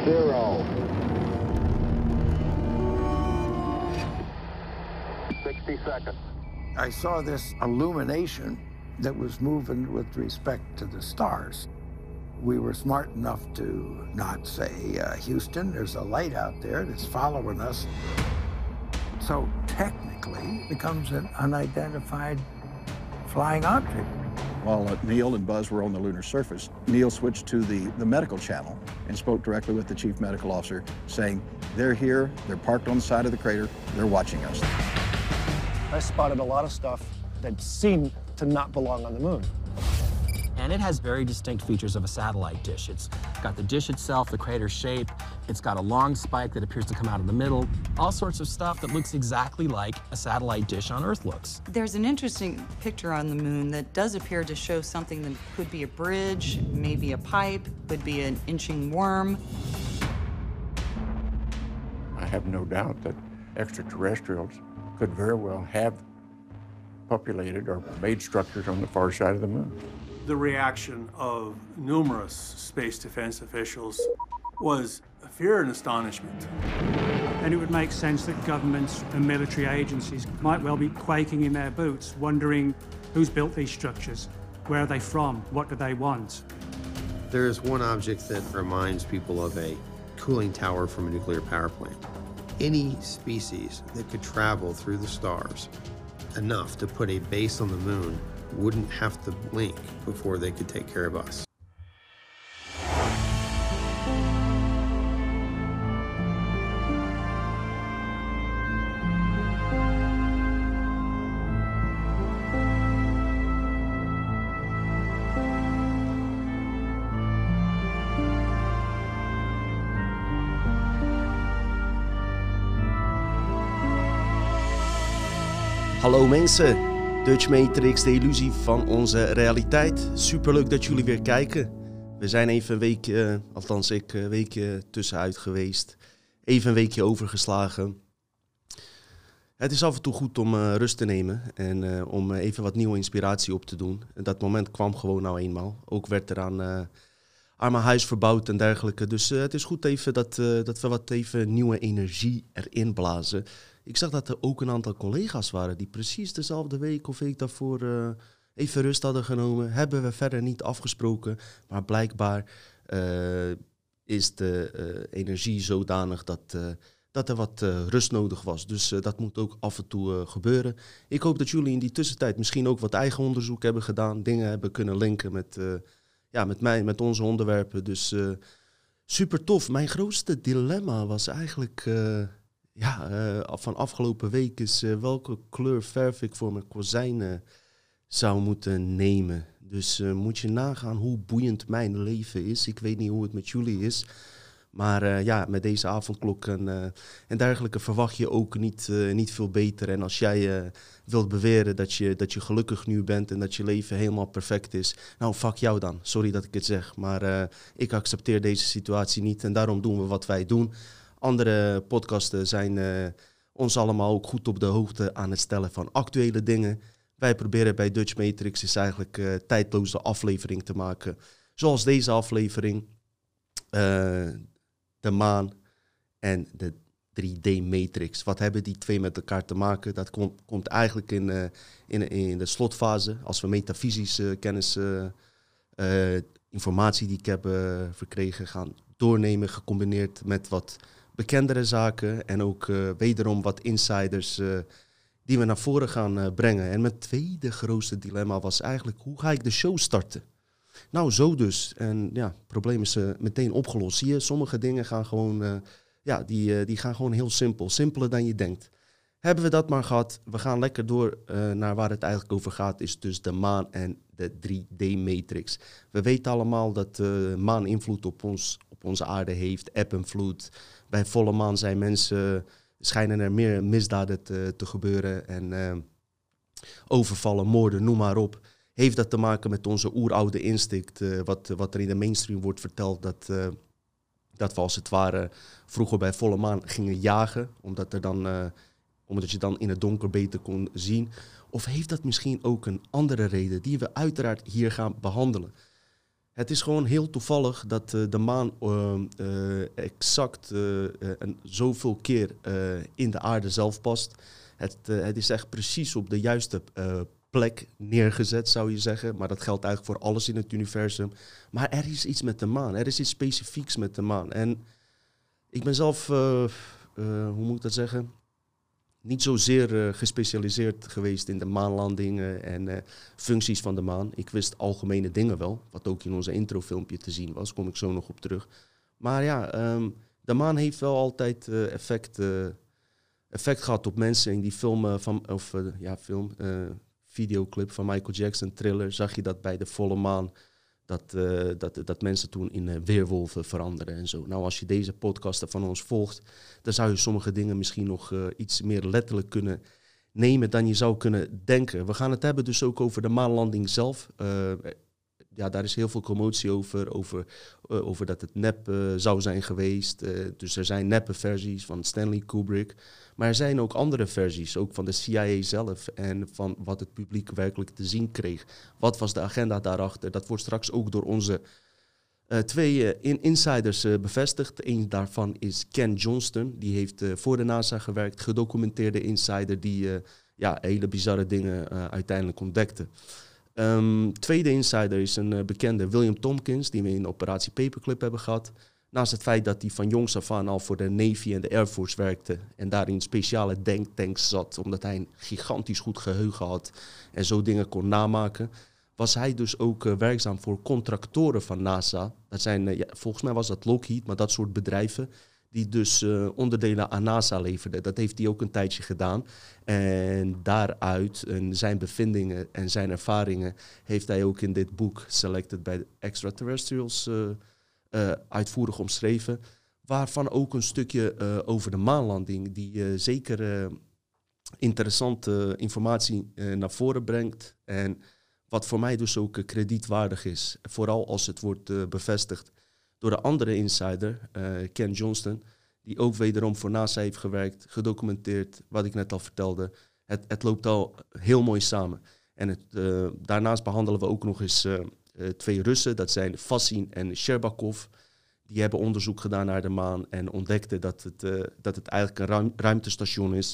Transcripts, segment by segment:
0. 60 seconds. I saw this illumination that was moving with respect to the stars. We were smart enough to not say, Houston, there's a light out there that's following us. So technically, it becomes an unidentified flying object. While Neil and Buzz were on the lunar surface, Neil switched to the medical channel and spoke directly with the chief medical officer, saying, they're here, they're parked on the side of the crater, they're watching us. I spotted a lot of stuff that seemed to not belong on the moon. And it has very distinct features of a satellite dish. It's got the dish itself, the crater shape. It's got a long spike that appears to come out of the middle. All sorts of stuff that looks exactly like a satellite dish on Earth looks. There's an interesting picture on the moon that does appear to show something that could be a bridge, maybe a pipe, could be an inching worm. I have no doubt that extraterrestrials could very well have populated or made structures on the far side of the moon. The reaction of numerous space defense officials was fear and astonishment. And it would make sense that governments and military agencies might well be quaking in their boots, wondering who's built these structures, where are they from, what do they want? There is one object that reminds people of a cooling tower from a nuclear power plant. Any species that could travel through the stars enough to put a base on the moon wouldn't have to blink before they could take care of us. Hallo mensen, Dutch Matrix, de illusie van onze realiteit. Superleuk dat jullie weer kijken. We zijn even een weekje, althans ik, een weekje tussenuit geweest. Even een weekje overgeslagen. Het is af en toe goed om rust te nemen en om even wat nieuwe inspiratie op te doen. En dat moment kwam gewoon nou eenmaal. Ook werd er aan mijn huis verbouwd en dergelijke. Dus het is goed even dat we wat even nieuwe energie erin blazen. Ik zag dat er ook een aantal collega's waren die precies dezelfde week of week daarvoor even rust hadden genomen. Hebben we verder niet afgesproken, maar blijkbaar is de energie zodanig dat er wat rust nodig was. Dus dat moet ook af en toe gebeuren. Ik hoop dat jullie in die tussentijd misschien ook wat eigen onderzoek hebben gedaan. Dingen hebben kunnen linken met onze onderwerpen. Dus super tof. Mijn grootste dilemma was eigenlijk van afgelopen week is welke kleur verf ik voor mijn kozijnen zou moeten nemen. Dus moet je nagaan hoe boeiend mijn leven is. Ik weet niet hoe het met jullie is. Maar met deze avondklok en dergelijke verwacht je ook niet veel beter. En als jij wilt beweren dat je gelukkig nu bent en dat je leven helemaal perfect is. Nou, fuck jou dan. Sorry dat ik het zeg. Maar ik accepteer deze situatie niet en daarom doen we wat wij doen. Andere podcasten zijn ons allemaal ook goed op de hoogte aan het stellen van actuele dingen. Wij proberen bij Dutch Matrix is eigenlijk tijdloze aflevering te maken. Zoals deze aflevering. De maan en de 3D-matrix. Wat hebben die twee met elkaar te maken? Dat komt eigenlijk in de slotfase. Als we metafysische kennis, informatie die ik heb verkregen gaan doornemen, gecombineerd met wat bekendere zaken en ook wederom wat insiders die we naar voren gaan brengen. En mijn tweede grootste dilemma was eigenlijk, hoe ga ik de show starten? Nou, zo dus. En ja, het probleem is meteen opgelost. Zie je, sommige dingen gaan gewoon, die gaan gewoon heel simpel. Simpeler dan je denkt. Hebben we dat maar gehad. We gaan lekker door naar waar het eigenlijk over gaat. Is dus de maan en de 3D-matrix. We weten allemaal dat de maan invloed op onze aarde heeft. Eb en vloed. Bij volle maan zijn mensen, schijnen er meer misdaden te gebeuren. En overvallen, moorden, noem maar op. Heeft dat te maken met onze oeroude instinct, wat er in de mainstream wordt verteld, dat we als het ware vroeger bij volle maan gingen jagen, omdat je dan in het donker beter kon zien? Of heeft dat misschien ook een andere reden die we uiteraard hier gaan behandelen? Het is gewoon heel toevallig dat de maan exact zoveel keer in de aarde zelf past. Het is echt precies op de juiste plek neergezet, zou je zeggen. Maar dat geldt eigenlijk voor alles in het universum. Maar er is iets met de maan. Er is iets specifieks met de maan. En ik ben zelf, hoe moet ik dat zeggen, niet zozeer gespecialiseerd geweest in de maanlandingen en functies van de maan. Ik wist algemene dingen wel, wat ook in onze introfilmpje te zien was. Kom ik zo nog op terug. Maar ja, de maan heeft wel altijd effect gehad op mensen. In die videoclip van Michael Jackson, Thriller, zag je dat bij de volle maan, dat mensen toen in weerwolven veranderen en zo. Nou, als je deze podcasten van ons volgt, dan zou je sommige dingen misschien nog iets meer letterlijk kunnen nemen dan je zou kunnen denken. We gaan het hebben dus ook over de maanlanding zelf. Daar is heel veel commotie over dat het nep zou zijn geweest. Dus er zijn neppe versies van Stanley Kubrick. Maar er zijn ook andere versies, ook van de CIA zelf en van wat het publiek werkelijk te zien kreeg. Wat was de agenda daarachter? Dat wordt straks ook door onze twee insiders bevestigd. Eén daarvan is Ken Johnston. Die heeft voor de NASA gewerkt, gedocumenteerde insider die hele bizarre dingen uiteindelijk ontdekte. Tweede insider is een bekende William Tompkins, die we in Operatie Paperclip hebben gehad. Naast het feit dat hij van jongs af aan al voor de Navy en de Air Force werkte en daar in speciale denktanks zat, omdat hij een gigantisch goed geheugen had en zo dingen kon namaken, was hij dus ook werkzaam voor contractoren van NASA. Dat zijn, volgens mij was dat Lockheed, maar dat soort bedrijven die dus onderdelen aan NASA leverden. Dat heeft hij ook een tijdje gedaan. En daaruit, zijn bevindingen en zijn ervaringen, heeft hij ook in dit boek Selected by the Extraterrestrials uitvoerig omschreven. Waarvan ook een stukje over de maanlanding, die zeker interessante informatie naar voren brengt. En wat voor mij dus ook kredietwaardig is. Vooral als het wordt bevestigd door de andere insider, Ken Johnston, die ook wederom voor NASA heeft gewerkt, gedocumenteerd, wat ik net al vertelde. Het loopt al heel mooi samen. En daarnaast behandelen we ook nog eens twee Russen, dat zijn Fassin en Sherbakov. Die hebben onderzoek gedaan naar de maan en ontdekten dat het eigenlijk een ruimtestation is.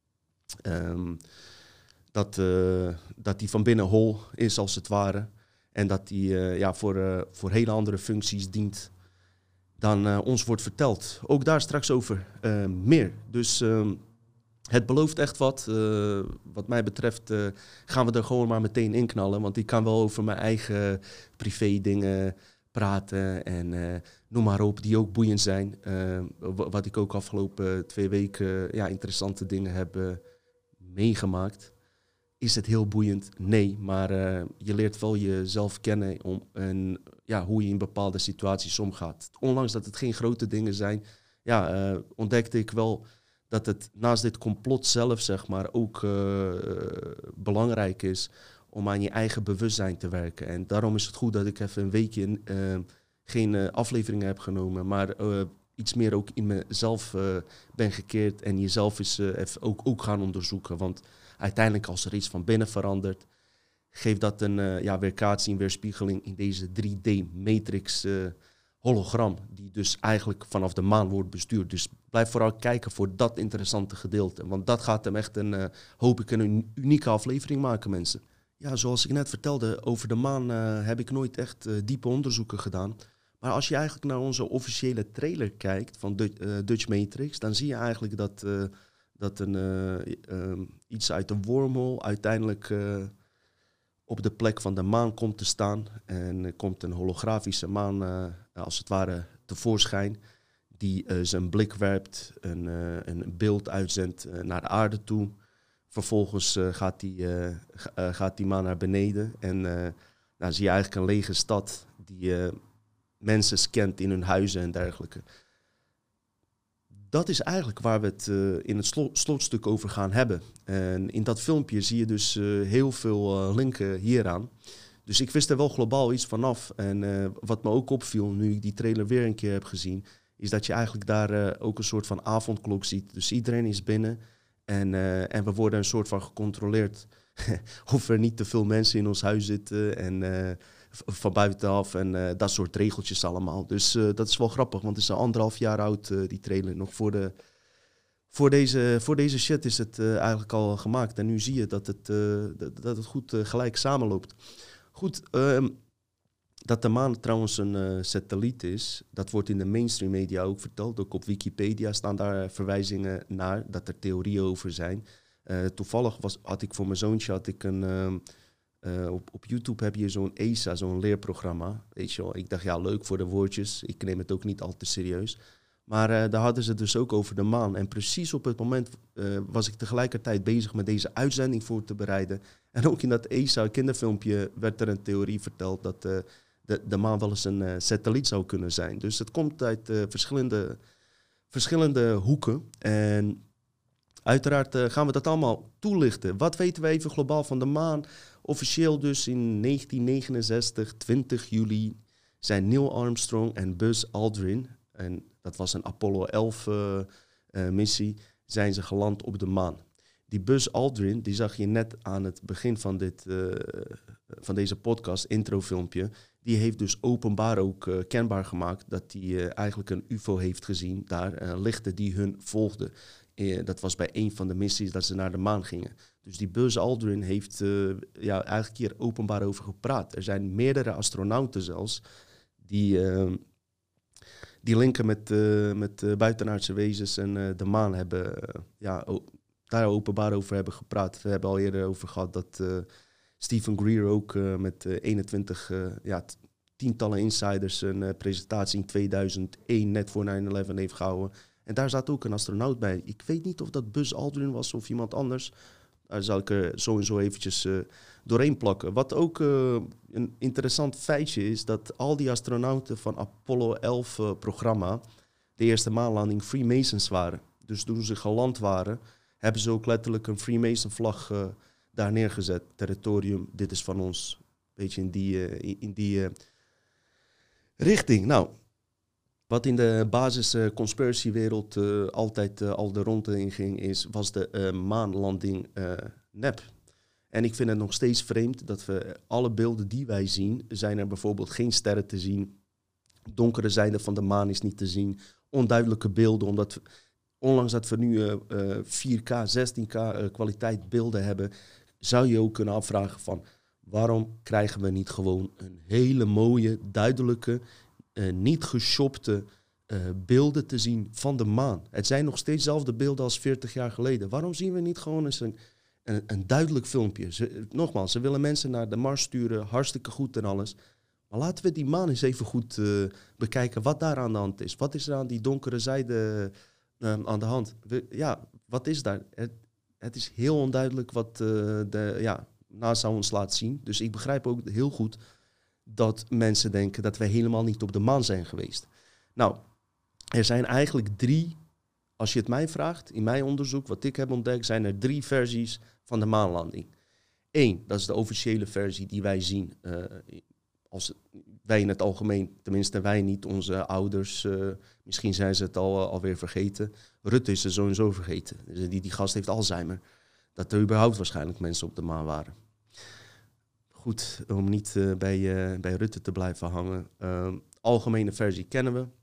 Dat die van binnen hol is, als het ware. En dat die voor hele andere functies dient dan ons wordt verteld. Ook daar straks over meer. Dus het belooft echt wat. Wat mij betreft gaan we er gewoon maar meteen in knallen. Want ik kan wel over mijn eigen privé dingen praten en noem maar op, die ook boeiend zijn. Wat ik ook afgelopen 2 weken interessante dingen heb meegemaakt. Is het heel boeiend? Nee, maar je leert wel jezelf kennen hoe je in bepaalde situaties omgaat. Ondanks dat het geen grote dingen zijn, ontdekte ik wel dat het naast dit complot zelf, zeg maar, ook belangrijk is om aan je eigen bewustzijn te werken. En daarom is het goed dat ik even een weekje geen afleveringen heb genomen, maar iets meer ook in mezelf ben gekeerd en jezelf eens even ook gaan onderzoeken. Want uiteindelijk, als er iets van binnen verandert, geeft dat een weerkaatsing, weerspiegeling in deze 3D-matrix hologram, die dus eigenlijk vanaf de maan wordt bestuurd. Dus blijf vooral kijken voor dat interessante gedeelte, want dat gaat hem echt hoop ik, een unieke aflevering maken, mensen. Ja, zoals ik net vertelde, over de maan heb ik nooit echt diepe onderzoeken gedaan. Maar als je eigenlijk naar onze officiële trailer kijkt van Dutch Matrix, dan zie je eigenlijk dat iets uit de wormhole uiteindelijk op de plek van de maan komt te staan. En er komt een holografische maan, als het ware, tevoorschijn, die zijn blik werpt, een beeld uitzendt naar de aarde toe. Vervolgens gaat die maan naar beneden en dan zie je eigenlijk een lege stad die mensen scant in hun huizen en dergelijke. Dat is eigenlijk waar we het in het slotstuk over gaan hebben. En in dat filmpje zie je dus heel veel linken hieraan. Dus ik wist er wel globaal iets vanaf. En wat me ook opviel, nu ik die trailer weer een keer heb gezien, is dat je eigenlijk daar ook een soort van avondklok ziet. Dus iedereen is binnen en we worden een soort van gecontroleerd of er niet te veel mensen in ons huis zitten en van buitenaf en dat soort regeltjes allemaal. Dus dat is wel grappig, want het is al 1,5 jaar oud, die trailer. Nog voor deze shit is het eigenlijk al gemaakt. En nu zie je dat het goed gelijk samenloopt. Goed, dat de maan trouwens een satelliet is, dat wordt in de mainstream media ook verteld. Ook op Wikipedia staan daar verwijzingen naar, dat er theorieën over zijn. Toevallig had ik voor mijn zoontje op YouTube heb je zo'n ESA, zo'n leerprogramma. Weet je wel, ik dacht, ja, leuk voor de woordjes. Ik neem het ook niet al te serieus. Maar daar hadden ze dus ook over de maan. En precies op het moment was ik tegelijkertijd bezig met deze uitzending voor te bereiden. En ook in dat ESA kinderfilmpje werd er een theorie verteld dat de maan wel eens een satelliet zou kunnen zijn. Dus het komt uit verschillende hoeken. En uiteraard gaan we dat allemaal toelichten. Wat weten we even globaal van de maan? Officieel dus in 1969, 20 juli, zijn Neil Armstrong en Buzz Aldrin, en dat was een Apollo 11 missie, zijn ze geland op de maan. Die Buzz Aldrin, die zag je net aan het begin van deze podcast, introfilmpje. Die heeft dus openbaar ook kenbaar gemaakt dat hij eigenlijk een UFO heeft gezien daar, lichten die hun volgden. Dat was bij een van de missies dat ze naar de maan gingen. Dus die Buzz Aldrin heeft eigenlijk hier openbaar over gepraat. Er zijn meerdere astronauten zelfs die linken met buitenaardse wezens en de maan hebben, daar openbaar over hebben gepraat. We hebben al eerder over gehad dat Stephen Greer ook met 21 tientallen insiders een presentatie in 2001 net voor 9/11 heeft gehouden. En daar zat ook een astronaut bij. Ik weet niet of dat Buzz Aldrin was of iemand anders. Daar zal ik er sowieso eventjes doorheen plakken. Wat ook een interessant feitje is, dat al die astronauten van Apollo 11 programma, de eerste maanlanding, Freemasons waren. Dus toen ze geland waren, hebben ze ook letterlijk een Freemason vlag daar neergezet. Territorium, dit is van ons. Beetje in die richting. Nou, wat in de basis conspiratiewereld altijd al de ronde in ging, was de maanlanding nep. En ik vind het nog steeds vreemd dat we alle beelden die wij zien, zijn er bijvoorbeeld geen sterren te zien. Donkere zijde van de maan is niet te zien. Onduidelijke beelden, omdat ondanks dat we nu 4K, 16K kwaliteit beelden hebben, zou je ook kunnen afvragen van waarom krijgen we niet gewoon een hele mooie, duidelijke, niet geshopte beelden te zien van de maan. Het zijn nog steeds dezelfde beelden als 40 jaar geleden. Waarom zien we niet gewoon eens een duidelijk filmpje? Nogmaals, ze willen mensen naar de Mars sturen, hartstikke goed en alles. Maar laten we die maan eens even goed bekijken wat daar aan de hand is. Wat is er aan die donkere zijde aan de hand? Wat is daar? Het is heel onduidelijk wat de NASA ons laat zien. Dus ik begrijp ook heel goed dat mensen denken dat wij helemaal niet op de maan zijn geweest. Nou, er zijn eigenlijk 3, als je het mij vraagt, in mijn onderzoek, wat ik heb ontdekt, zijn er 3 versies van de maanlanding. 1, dat is de officiële versie die wij zien. Als wij in het algemeen, tenminste wij niet, onze ouders, misschien zijn ze het alweer vergeten. Rutte is er sowieso vergeten. Die gast heeft Alzheimer. Dat er überhaupt waarschijnlijk mensen op de maan waren. Goed, om niet bij Rutte te blijven hangen. Algemene versie kennen we.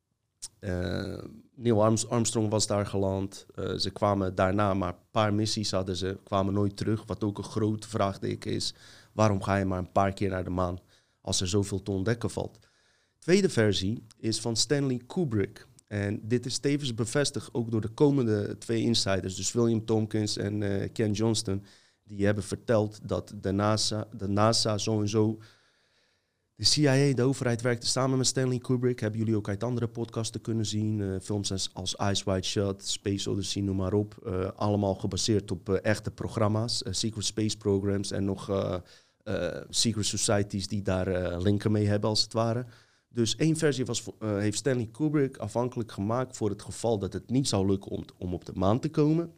Neil Armstrong was daar geland. Ze kwamen daarna, maar een paar missies hadden ze, kwamen nooit terug. Wat ook een grote vraagteken is. Waarom ga je maar een paar keer naar de maan als er zoveel te ontdekken valt? Tweede versie is van Stanley Kubrick. En dit is tevens bevestigd ook door de komende 2 insiders. Dus William Tompkins en Ken Johnston. Die hebben verteld dat de NASA sowieso, de CIA, de overheid werkte samen met Stanley Kubrick. Hebben jullie ook uit andere podcasten kunnen zien. Films als Eyes Wide Shut, Space Odyssey, noem maar op. Allemaal gebaseerd op echte programma's. Secret Space Programs en nog secret societies die daar linken mee hebben als het ware. Dus 1 versie heeft Stanley Kubrick afhankelijk gemaakt voor het geval dat het niet zou lukken om op de maan te komen.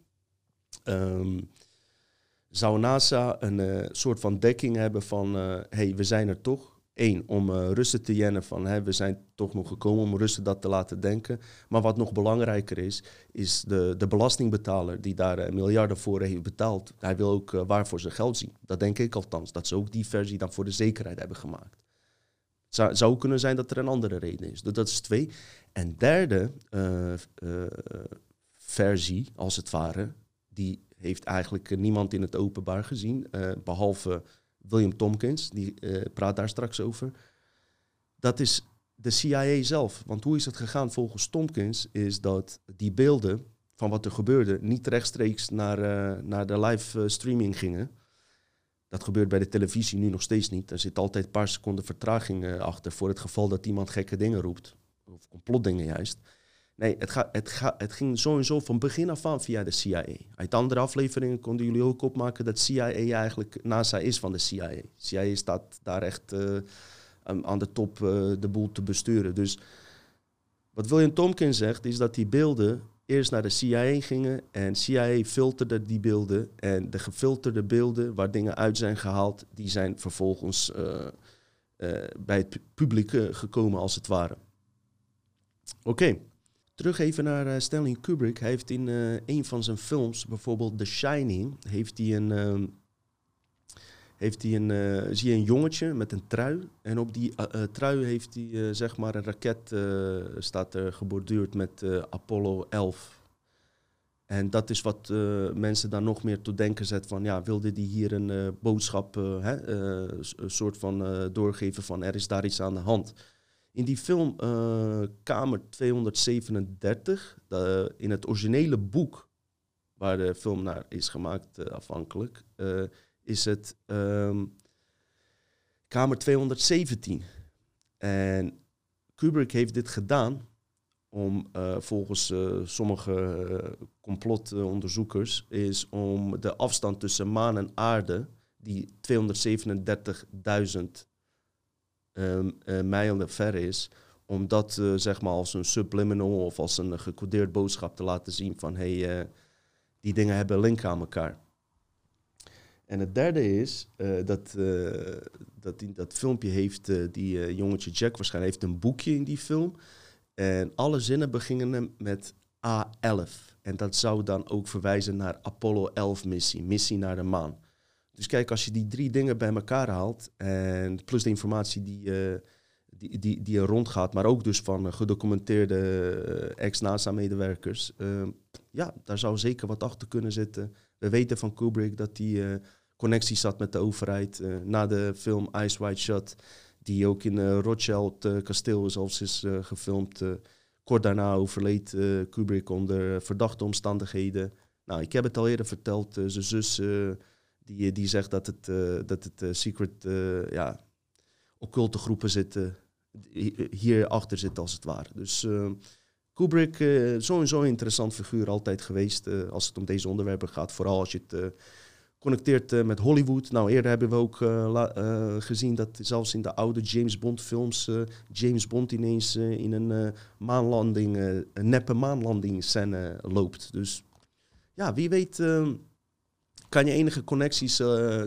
Zou NASA een soort van dekking hebben van, hey, we zijn er toch. Eén, om Russen te jennen van we zijn toch nog gekomen om Russen dat te laten denken. Maar wat nog belangrijker is de belastingbetaler die daar miljarden voor heeft betaald. Hij wil ook waarvoor zijn geld zien. Dat denk ik althans. Dat ze ook die versie dan voor de zekerheid hebben gemaakt. Het zou kunnen zijn dat er een andere reden is. Dus dat is 2. En derde versie, als het ware, die heeft eigenlijk niemand in het openbaar gezien, behalve William Tompkins, die praat daar straks over. Dat is de CIA zelf. Want hoe is het gegaan volgens Tompkins, is dat die beelden van wat er gebeurde niet rechtstreeks naar de live streaming gingen. Dat gebeurt bij de televisie nu nog steeds niet. Er zit altijd een paar seconden vertraging achter voor het geval dat iemand gekke dingen roept. Of complotdingen juist. Nee, het ging sowieso van begin af aan via de CIA. Uit andere afleveringen konden jullie ook opmaken dat CIA eigenlijk NASA is van de CIA. CIA staat daar echt aan de top de boel te besturen. Dus wat William Tompkins zegt is dat die beelden eerst naar de CIA gingen en CIA filterde die beelden. En de gefilterde beelden waar dingen uit zijn gehaald, die zijn vervolgens bij het publiek gekomen als het ware. Oké. Terug even naar Stanley Kubrick. Hij heeft in een van zijn films, bijvoorbeeld The Shining, zie je een jongetje met een trui. En op die trui heeft hij zeg maar een raket, staat er geborduurd met Apollo 11. En dat is wat mensen dan nog meer tot denken zet van, ja, wilde die hier een boodschap een soort van doorgeven van er is daar iets aan de hand. In die film Kamer 237, in het originele boek waar de film naar is gemaakt afhankelijk, is het Kamer 217. En Kubrick heeft dit gedaan om volgens sommige complotonderzoekers is om de afstand tussen maan en aarde, die 237.000 mijlen ver is, om dat zeg maar als een subliminal of als een gecodeerd boodschap te laten zien van die dingen hebben link aan elkaar. En het derde is dat in dat filmpje heeft die jongetje Jack waarschijnlijk heeft een boekje in die film. En alle zinnen beginnen met A11. En dat zou dan ook verwijzen naar Apollo 11 missie naar de maan. Dus kijk, als je die 3 dingen bij elkaar haalt, en plus de informatie die er rondgaat, maar ook dus van gedocumenteerde ex-NASA-medewerkers, ja, daar zou zeker wat achter kunnen zitten. We weten van Kubrick dat hij connecties had met de overheid na de film Eyes Wide Shut, die ook in Rothschild kasteel zelfs is gefilmd. Kort daarna overleed Kubrick onder verdachte omstandigheden. Nou, ik heb het al eerder verteld, zijn zus die zegt dat het secret, occulte groepen zitten, hierachter zitten als het ware. Dus Kubrick, sowieso een interessant figuur altijd geweest als het om deze onderwerpen gaat. Vooral als je het connecteert met Hollywood. Nou, eerder hebben we ook gezien dat zelfs in de oude James Bond films James Bond ineens in een maanlanding, een neppe maanlanding scène loopt. Dus ja, wie weet kan je enige connecties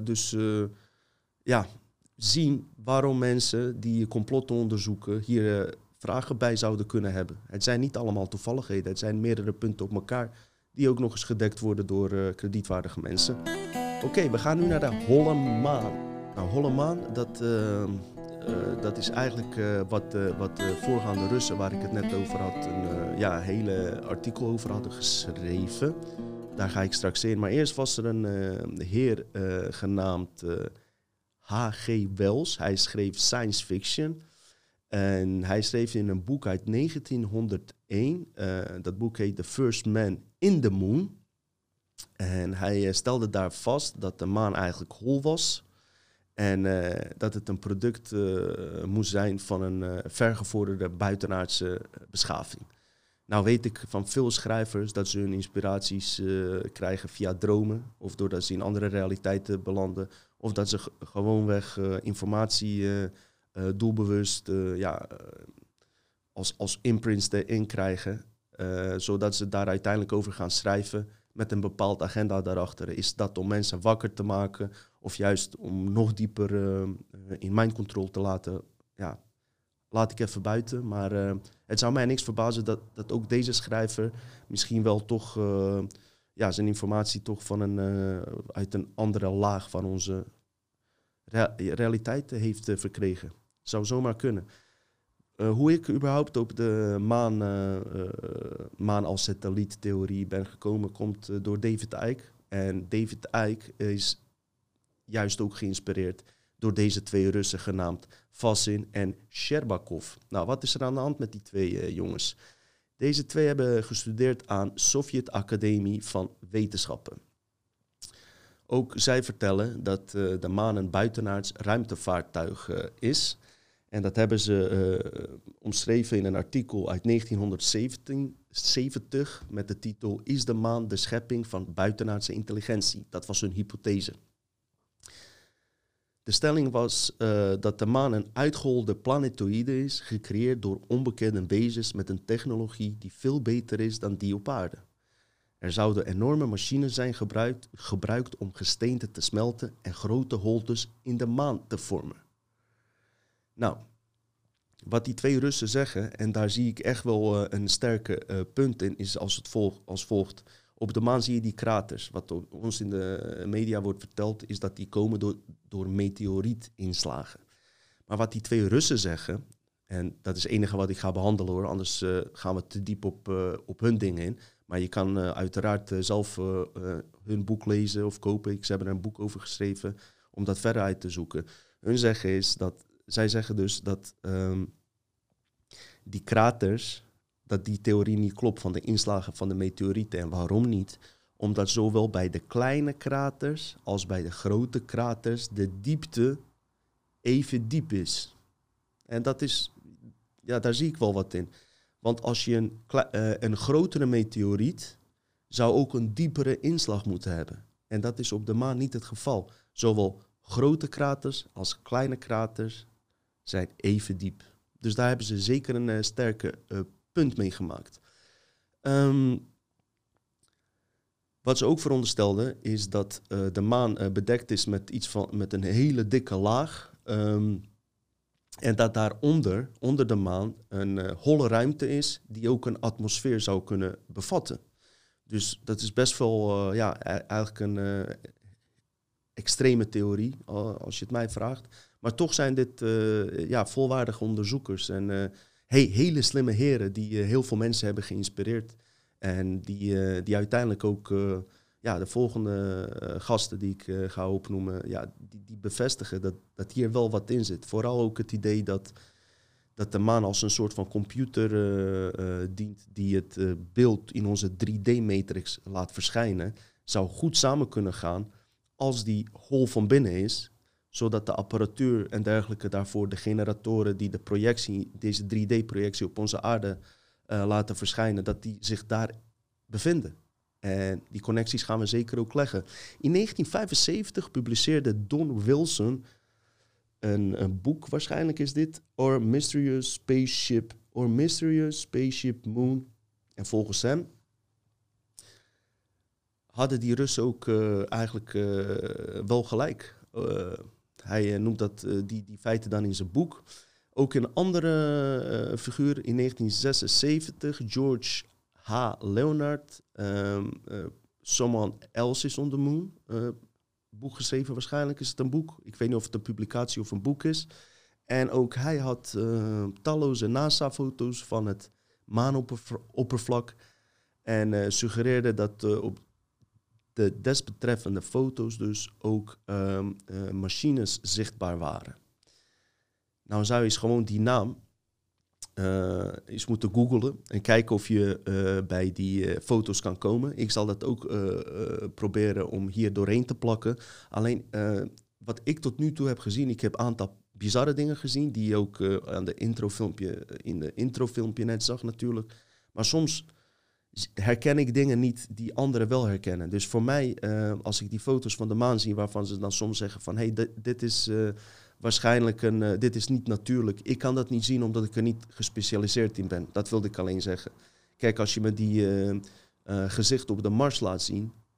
zien waarom mensen die complotten onderzoeken hier vragen bij zouden kunnen hebben. Het zijn niet allemaal toevalligheden. Het zijn meerdere punten op elkaar die ook nog eens gedekt worden door kredietwaardige mensen. Oké, we gaan nu naar de holle maan. Nou, holle maan, dat is eigenlijk wat de voorgaande Russen, waar ik het net over had, een hele artikel over hadden geschreven. Daar ga ik straks in. Maar eerst was er een heer genaamd H.G. Wells. Hij schreef science fiction. En hij schreef in een boek uit 1901. Dat boek heet The First Man in the Moon. En hij stelde daar vast dat de maan eigenlijk hol was. En dat het een product moest zijn van een vergevorderde buitenaardse beschaving. Nou weet ik van veel schrijvers dat ze hun inspiraties krijgen via dromen. Of doordat ze in andere realiteiten belanden. Of dat ze gewoonweg informatie doelbewust als imprints erin krijgen. Zodat ze daar uiteindelijk over gaan schrijven met een bepaald agenda daarachter. Is dat om mensen wakker te maken Of juist om nog dieper in mind control te laten. Ja, laat ik even buiten. Maar het zou mij niks verbazen dat ook deze schrijver misschien wel toch zijn informatie toch van uit een andere laag van onze realiteit heeft verkregen. Zou zomaar kunnen. Hoe ik überhaupt op de maan als satelliettheorie ben gekomen, komt door David Icke. En David Icke is juist ook geïnspireerd door deze 2 Russen genaamd Vassin en Sherbakov. Nou, wat is er aan de hand met die 2 jongens? Deze 2 hebben gestudeerd aan Sovjet-Academie van Wetenschappen. Ook zij vertellen dat de maan een buitenaards ruimtevaartuig is. En dat hebben ze omschreven in een artikel uit 1970 met de titel Is de maan de schepping van buitenaardse intelligentie? Dat was hun hypothese. De stelling was dat de maan een uitgeholde planetoïde is, gecreëerd door onbekende wezens met een technologie die veel beter is dan die op aarde. Er zouden enorme machines zijn gebruikt om gesteente te smelten en grote holtes in de maan te vormen. Nou, wat die 2 Russen zeggen, en daar zie ik echt wel een sterke punt in, is als volgt. Op de maan zie je die kraters. Wat ons in de media wordt verteld, is dat die komen door meteorietinslagen. Maar wat die 2 Russen zeggen, en dat is het enige wat ik ga behandelen hoor, anders gaan we te diep op hun dingen in. Maar je kan uiteraard zelf hun boek lezen of kopen. Ze hebben er een boek over geschreven om dat verder uit te zoeken. Zij zeggen dus dat die kraters, dat die theorie niet klopt van de inslagen van de meteorieten. En waarom niet? Omdat zowel bij de kleine kraters als bij de grote kraters de diepte even diep is. En dat is, ja, daar zie ik wel wat in. Want als je een grotere meteoriet zou ook een diepere inslag moeten hebben. En dat is op de maan niet het geval. Zowel grote kraters als kleine kraters zijn even diep. Dus daar hebben ze zeker een sterke punt mee gemaakt. Wat ze ook veronderstelden is dat de maan bedekt is met een hele dikke laag. En dat daaronder, onder de maan, een holle ruimte is die ook een atmosfeer zou kunnen bevatten. Dus dat is best wel eigenlijk een extreme theorie, als je het mij vraagt. Maar toch zijn dit volwaardige onderzoekers en hele slimme heren die heel veel mensen hebben geïnspireerd. En die uiteindelijk ook de volgende gasten die ik ga opnoemen, die bevestigen dat hier wel wat in zit. Vooral ook het idee dat de maan als een soort van computer dient die het beeld in onze 3D-matrix laat verschijnen, zou goed samen kunnen gaan als die hol van binnen is, zodat de apparatuur en dergelijke daarvoor, de generatoren die deze 3D-projectie op onze aarde laten verschijnen, dat die zich daar bevinden. En die connecties gaan we zeker ook leggen. In 1975 publiceerde Don Wilson een boek, waarschijnlijk is dit, Our Mysterious Spaceship Moon. En volgens hem hadden die Russen ook eigenlijk wel gelijk. Hij noemt die feiten dan in zijn boek. Ook een andere figuur in 1976, George H. Leonard, Someone Else is on the Moon. Boek geschreven, waarschijnlijk is het een boek. Ik weet niet of het een publicatie of een boek is. En ook hij had talloze NASA-foto's van het maanoppervlak. En suggereerde dat op de desbetreffende foto's dus ook machines zichtbaar waren. Nou zou je eens gewoon die naam eens moeten googlen en kijken of je bij die foto's kan komen. Ik zal dat ook proberen om hier doorheen te plakken. Alleen wat ik tot nu toe heb gezien, ik heb een aantal bizarre dingen gezien die je ook in de introfilmpje net zag natuurlijk. Maar soms herken ik dingen niet die anderen wel herkennen. Dus voor mij, als ik die foto's van de maan zie waarvan ze dan soms zeggen van hey, dit is waarschijnlijk dit is niet natuurlijk. Ik kan dat niet zien omdat ik er niet gespecialiseerd in ben. Dat wilde ik alleen zeggen. Kijk, als je me die gezicht op de Mars laat zien,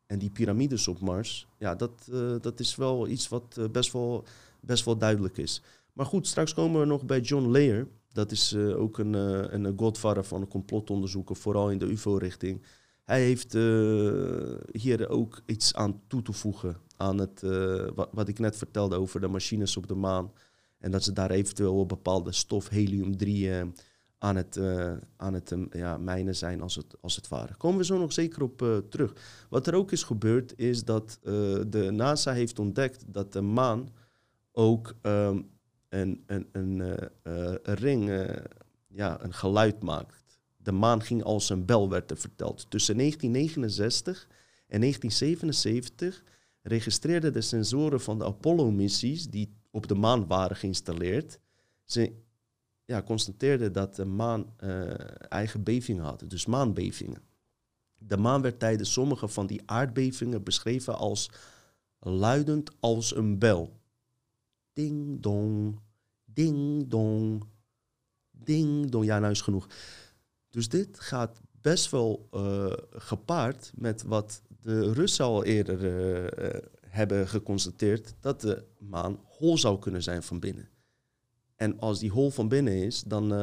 en die piramides op Mars, ja, dat is wel iets wat best wel duidelijk is. Maar goed, straks komen we nog bij John Layer. Dat is ook een godfather van een complotonderzoeker, vooral in de UFO-richting. Hij heeft hier ook iets aan toe te voegen aan het, wat ik net vertelde over de machines op de maan. En dat ze daar eventueel een bepaalde stof, helium-3, aan het mijnen zijn als het ware. Komen we zo nog zeker op terug. Wat er ook is gebeurd is dat de NASA heeft ontdekt dat de maan ook een ring, een geluid maakt. De maan ging als een bel, werd er verteld. Tussen 1969 en 1977 registreerden de sensoren van de Apollo-missies die op de maan waren geïnstalleerd. Ze constateerden dat de maan eigen bevingen had, dus maanbevingen. De maan werd tijdens sommige van die aardbevingen beschreven als luidend als een bel. Ding dong, ding dong, ding dong. Ja, nou is genoeg. Dus dit gaat best wel gepaard met wat de Russen al eerder hebben geconstateerd, dat de maan hol zou kunnen zijn van binnen. En als die hol van binnen is,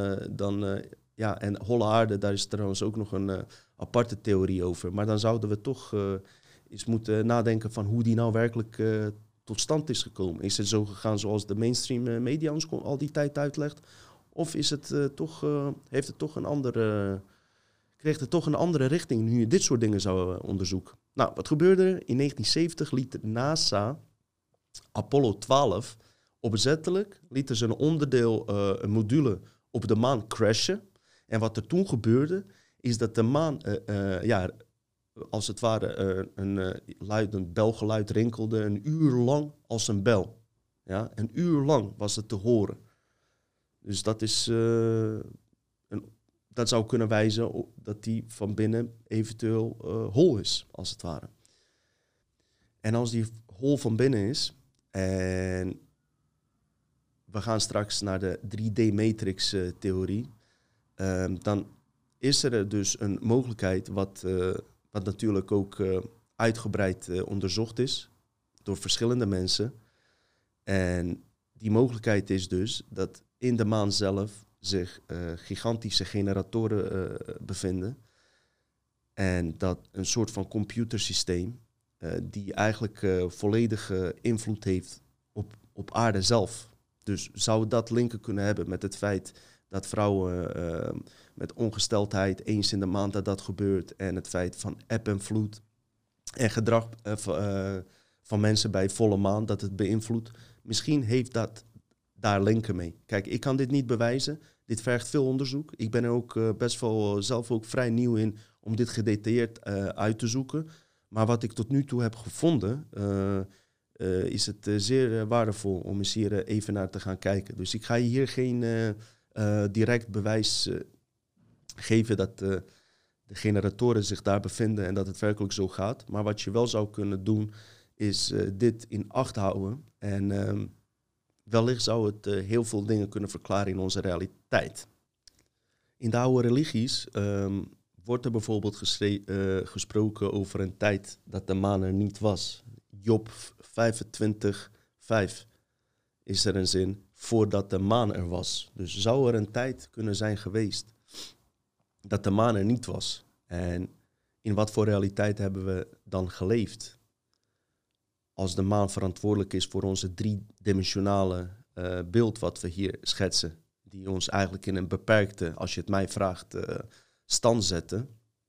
en holle aarde, daar is trouwens ook nog een aparte theorie over. Maar dan zouden we toch eens moeten nadenken van hoe die nou werkelijk tot stand is gekomen. Is het zo gegaan zoals de mainstream media ons al die tijd uitlegt? Of is het kreeg het toch een andere richting nu je dit soort dingen zou onderzoeken? Nou, wat gebeurde er? In 1970 liet de NASA Apollo 12 opzettelijk, lieten ze een onderdeel, een module op de maan crashen. En wat er toen gebeurde, is dat de maan, als het ware, een luidend belgeluid rinkelde een uur lang als een bel. Ja, een uur lang was het te horen. Dus dat is dat zou kunnen wijzen op dat die van binnen eventueel hol is, als het ware. En als die hol van binnen is, en we gaan straks naar de 3D-matrix-theorie, dan is er dus een mogelijkheid wat natuurlijk ook uitgebreid onderzocht is door verschillende mensen. En die mogelijkheid is dus dat in de maan zelf zich gigantische generatoren bevinden. En dat een soort van computersysteem die eigenlijk volledige invloed heeft op aarde zelf. Dus zou dat linken kunnen hebben met het feit dat vrouwen met ongesteldheid eens in de maand dat gebeurt en het feit van eb en vloed en gedrag van mensen bij volle maan dat het beïnvloedt. Misschien heeft dat daar linken mee. Kijk, ik kan dit niet bewijzen. Dit vergt veel onderzoek. Ik ben er ook best wel zelf ook vrij nieuw in om dit gedetailleerd uit te zoeken. Maar wat ik tot nu toe heb gevonden, is het zeer waardevol om eens hier even naar te gaan kijken. Dus ik ga je hier geen direct bewijs geven dat de generatoren zich daar bevinden en dat het werkelijk zo gaat. Maar wat je wel zou kunnen doen, is dit in acht houden. En wellicht zou het heel veel dingen kunnen verklaren in onze realiteit. In de oude religies wordt er bijvoorbeeld gesproken over een tijd dat de maan er niet was. Job 25:5 is er een zin, voordat de maan er was. Dus zou er een tijd kunnen zijn geweest dat de maan er niet was. En in wat voor realiteit hebben we dan geleefd? Als de maan verantwoordelijk is voor onze driedimensionale beeld wat we hier schetsen, die ons eigenlijk in een beperkte, als je het mij vraagt, stand zetten,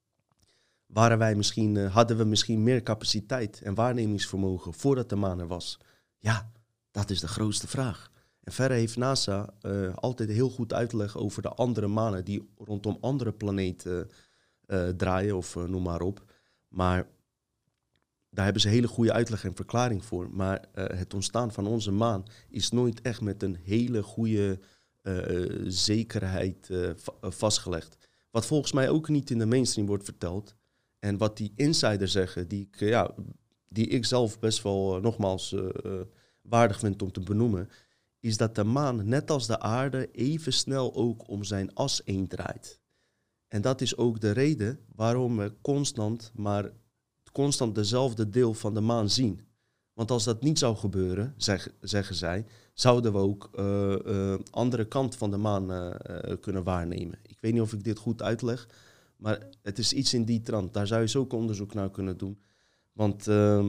hadden we misschien meer capaciteit en waarnemingsvermogen voordat de maan er was? Ja, dat is de grootste vraag. En verder heeft NASA altijd heel goed uitleg over de andere manen die rondom andere planeten draaien of noem maar op. Maar daar hebben ze hele goede uitleg en verklaring voor. Maar het ontstaan van onze maan is nooit echt met een hele goede zekerheid vastgelegd. Wat volgens mij ook niet in de mainstream wordt verteld. En wat die insiders zeggen, die ik zelf best wel nogmaals waardig vind om te benoemen, is dat de maan, net als de aarde, even snel ook om zijn as heen draait. En dat is ook de reden waarom we constant maar constant dezelfde deel van de maan zien. Want als dat niet zou gebeuren, zeggen zij, zouden we ook andere kant van de maan kunnen waarnemen. Ik weet niet of ik dit goed uitleg, maar het is iets in die trant. Daar zou je zo ook onderzoek naar kunnen doen. Want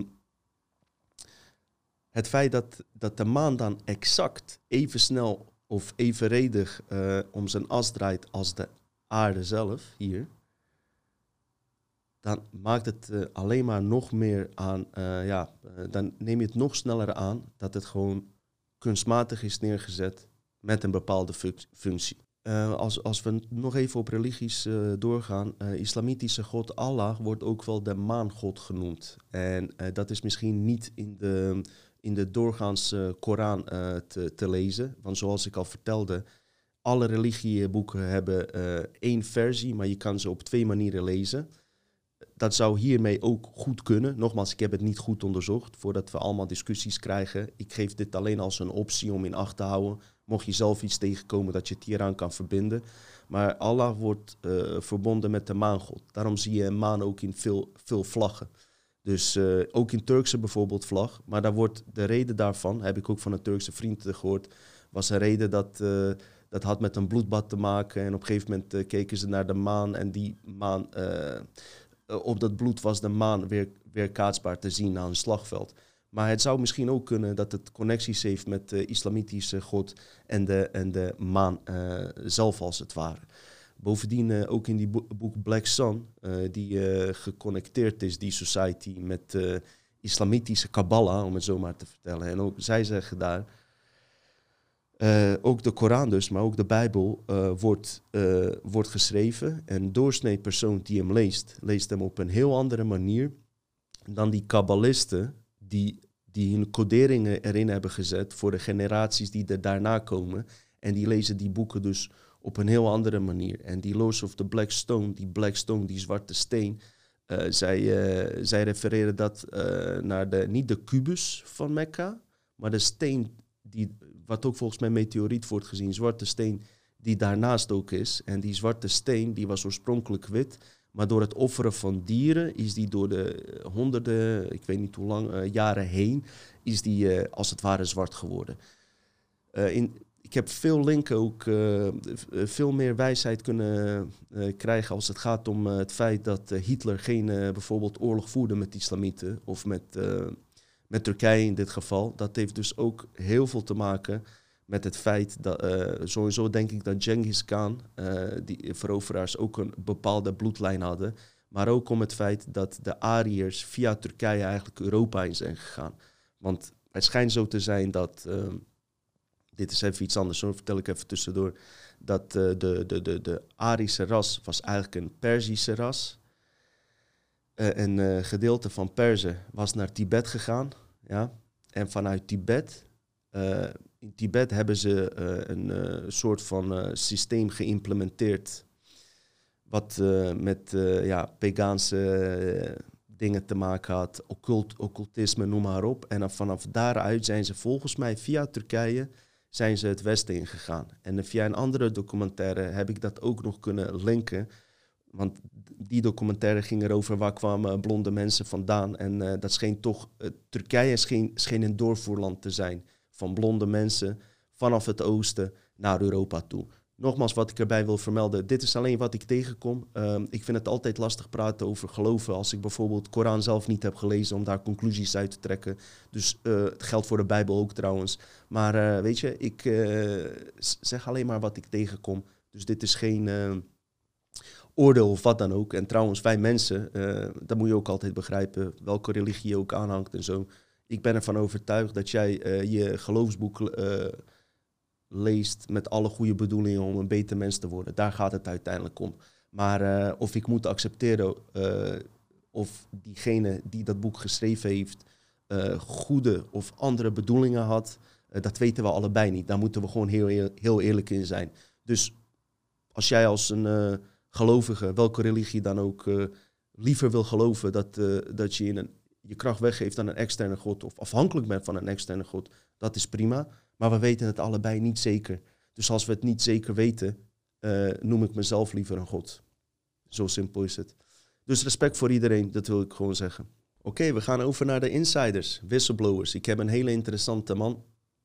het feit dat de maan dan exact even snel of evenredig om zijn as draait als de aarde zelf hier, dan maakt het alleen maar nog meer aan, dan neem je het nog sneller aan dat het gewoon kunstmatig is neergezet met een bepaalde functie. Als we nog even op religies doorgaan, islamitische god Allah wordt ook wel de maangod genoemd. En dat is misschien niet in de doorgaans Koran te lezen. Want zoals ik al vertelde, alle religieboeken hebben één versie, maar je kan ze op 2 manieren lezen. Dat zou hiermee ook goed kunnen. Nogmaals, ik heb het niet goed onderzocht voordat we allemaal discussies krijgen. Ik geef dit alleen als een optie om in acht te houden. Mocht je zelf iets tegenkomen dat je het hieraan kan verbinden. Maar Allah wordt verbonden met de maangod. Daarom zie je een maan ook in veel vlaggen. Dus ook in Turkse bijvoorbeeld vlag. Maar daar wordt de reden daarvan, heb ik ook van een Turkse vriend gehoord, was een reden dat had met een bloedbad te maken. En op een gegeven moment keken ze naar de maan en die maan, op dat bloed was de maan weer kaatsbaar te zien aan een slagveld. Maar het zou misschien ook kunnen dat het connecties heeft met de islamitische god en de maan zelf als het ware. Bovendien ook in die boek Black Sun, die geconnecteerd is, die society, met islamitische Kabbalah, om het zo maar te vertellen. En ook zij zeggen daar, ook de Koran dus, maar ook de Bijbel wordt geschreven. En doorsnee persoon die hem leest hem op een heel andere manier dan die kabbalisten die hun coderingen erin hebben gezet voor de generaties die er daarna komen. En die lezen die boeken dus op een heel andere manier. En die Lords of the Black Stone, die zwarte steen, zij refereren dat naar niet de kubus van Mekka, maar de steen, wat ook volgens mij meteoriet wordt gezien, zwarte steen die daarnaast ook is. En die zwarte steen die was oorspronkelijk wit, maar door het offeren van dieren is die door de honderden, ik weet niet hoe lang, jaren heen, is die als het ware zwart geworden. Ik heb veel linken ook veel meer wijsheid kunnen krijgen als het gaat om het feit dat Hitler geen bijvoorbeeld oorlog voerde met islamieten of met Turkije in dit geval. Dat heeft dus ook heel veel te maken met het feit dat sowieso denk ik dat Genghis Khan, die veroveraars, ook een bepaalde bloedlijn hadden. Maar ook om het feit dat de Ariërs via Turkije eigenlijk Europa in zijn gegaan. Want het schijnt zo te zijn dat, dit is even iets anders, zo vertel ik even tussendoor, dat de Arische ras was eigenlijk een Perzische ras. Een gedeelte van Perzen was naar Tibet gegaan. Ja? En vanuit Tibet, in Tibet hebben ze een soort van systeem geïmplementeerd wat met Pegaanse dingen te maken had, occultisme, noem maar op. En dan vanaf daaruit zijn ze volgens mij via Turkije zijn ze het westen ingegaan. En via een andere documentaire heb ik dat ook nog kunnen linken. Want die documentaire ging erover waar kwamen blonde mensen vandaan. En dat scheen toch, Turkije scheen een doorvoerland te zijn van blonde mensen vanaf het oosten naar Europa toe. Nogmaals, wat ik erbij wil vermelden, dit is alleen wat ik tegenkom. Ik vind het altijd lastig praten over geloven als ik bijvoorbeeld Koran zelf niet heb gelezen om daar conclusies uit te trekken. Dus het geldt voor de Bijbel ook trouwens. Maar weet je, ik zeg alleen maar wat ik tegenkom. Dus dit is geen oordeel of wat dan ook. En trouwens, wij mensen, dat moet je ook altijd begrijpen, welke religie je ook aanhangt en zo. Ik ben ervan overtuigd dat jij je geloofsboek leest met alle goede bedoelingen om een beter mens te worden. Daar gaat het uiteindelijk om. Maar of ik moet accepteren of diegene die dat boek geschreven heeft goede of andere bedoelingen had, dat weten we allebei niet. Daar moeten we gewoon heel eerlijk in zijn. Dus als jij als een gelovige, welke religie dan ook, liever wil geloven dat je je kracht weggeeft aan een externe god of afhankelijk bent van een externe god, dat is prima. Maar we weten het allebei niet zeker. Dus als we het niet zeker weten, noem ik mezelf liever een god. Zo simpel is het. Dus respect voor iedereen, dat wil ik gewoon zeggen. Oké, we gaan over naar de insiders, whistleblowers. Ik heb een hele interessante man.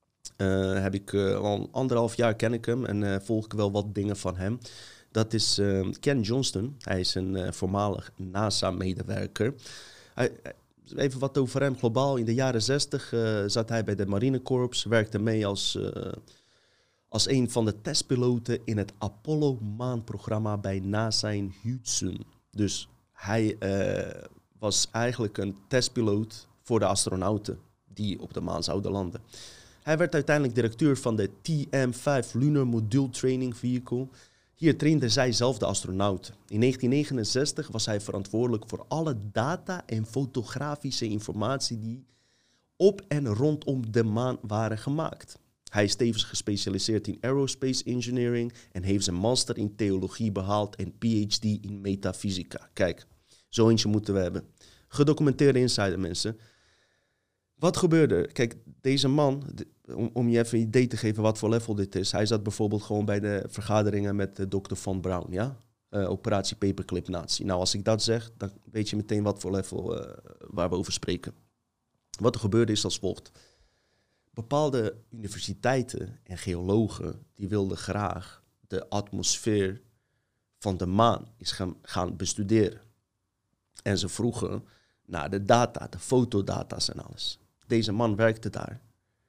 Al 1,5 jaar ken ik hem en volg ik wel wat dingen van hem. Dat is Ken Johnston. Hij is een voormalig NASA-medewerker. Even wat over hem globaal. In de jaren 60 zat hij bij de Marinekorps, werkte mee als een van de testpiloten in het Apollo-maanprogramma bij NASA in Houston. Dus hij was eigenlijk een testpiloot voor de astronauten die op de maan zouden landen. Hij werd uiteindelijk directeur van de TM-5 Lunar Module Training Vehicle. Hier trainde zij zelf de astronauten. In 1969 was hij verantwoordelijk voor alle data en fotografische informatie die op en rondom de maan waren gemaakt. Hij is tevens gespecialiseerd in aerospace engineering en heeft zijn master in theologie behaald en PhD in metafysica. Kijk, zo eentje moeten we hebben. Gedocumenteerde insider, mensen. Wat gebeurde er? Kijk, deze man, om je even een idee te geven wat voor level dit is. Hij zat bijvoorbeeld gewoon bij de vergaderingen met Dr. Von Braun, ja? Operatie Paperclip Nazi. Nou, als ik dat zeg, dan weet je meteen wat voor level waar we over spreken. Wat er gebeurde is als volgt. Bepaalde universiteiten en geologen die wilden graag de atmosfeer van de maan gaan bestuderen. En ze vroegen naar de data, de fotodata's en alles. Deze man werkte daar.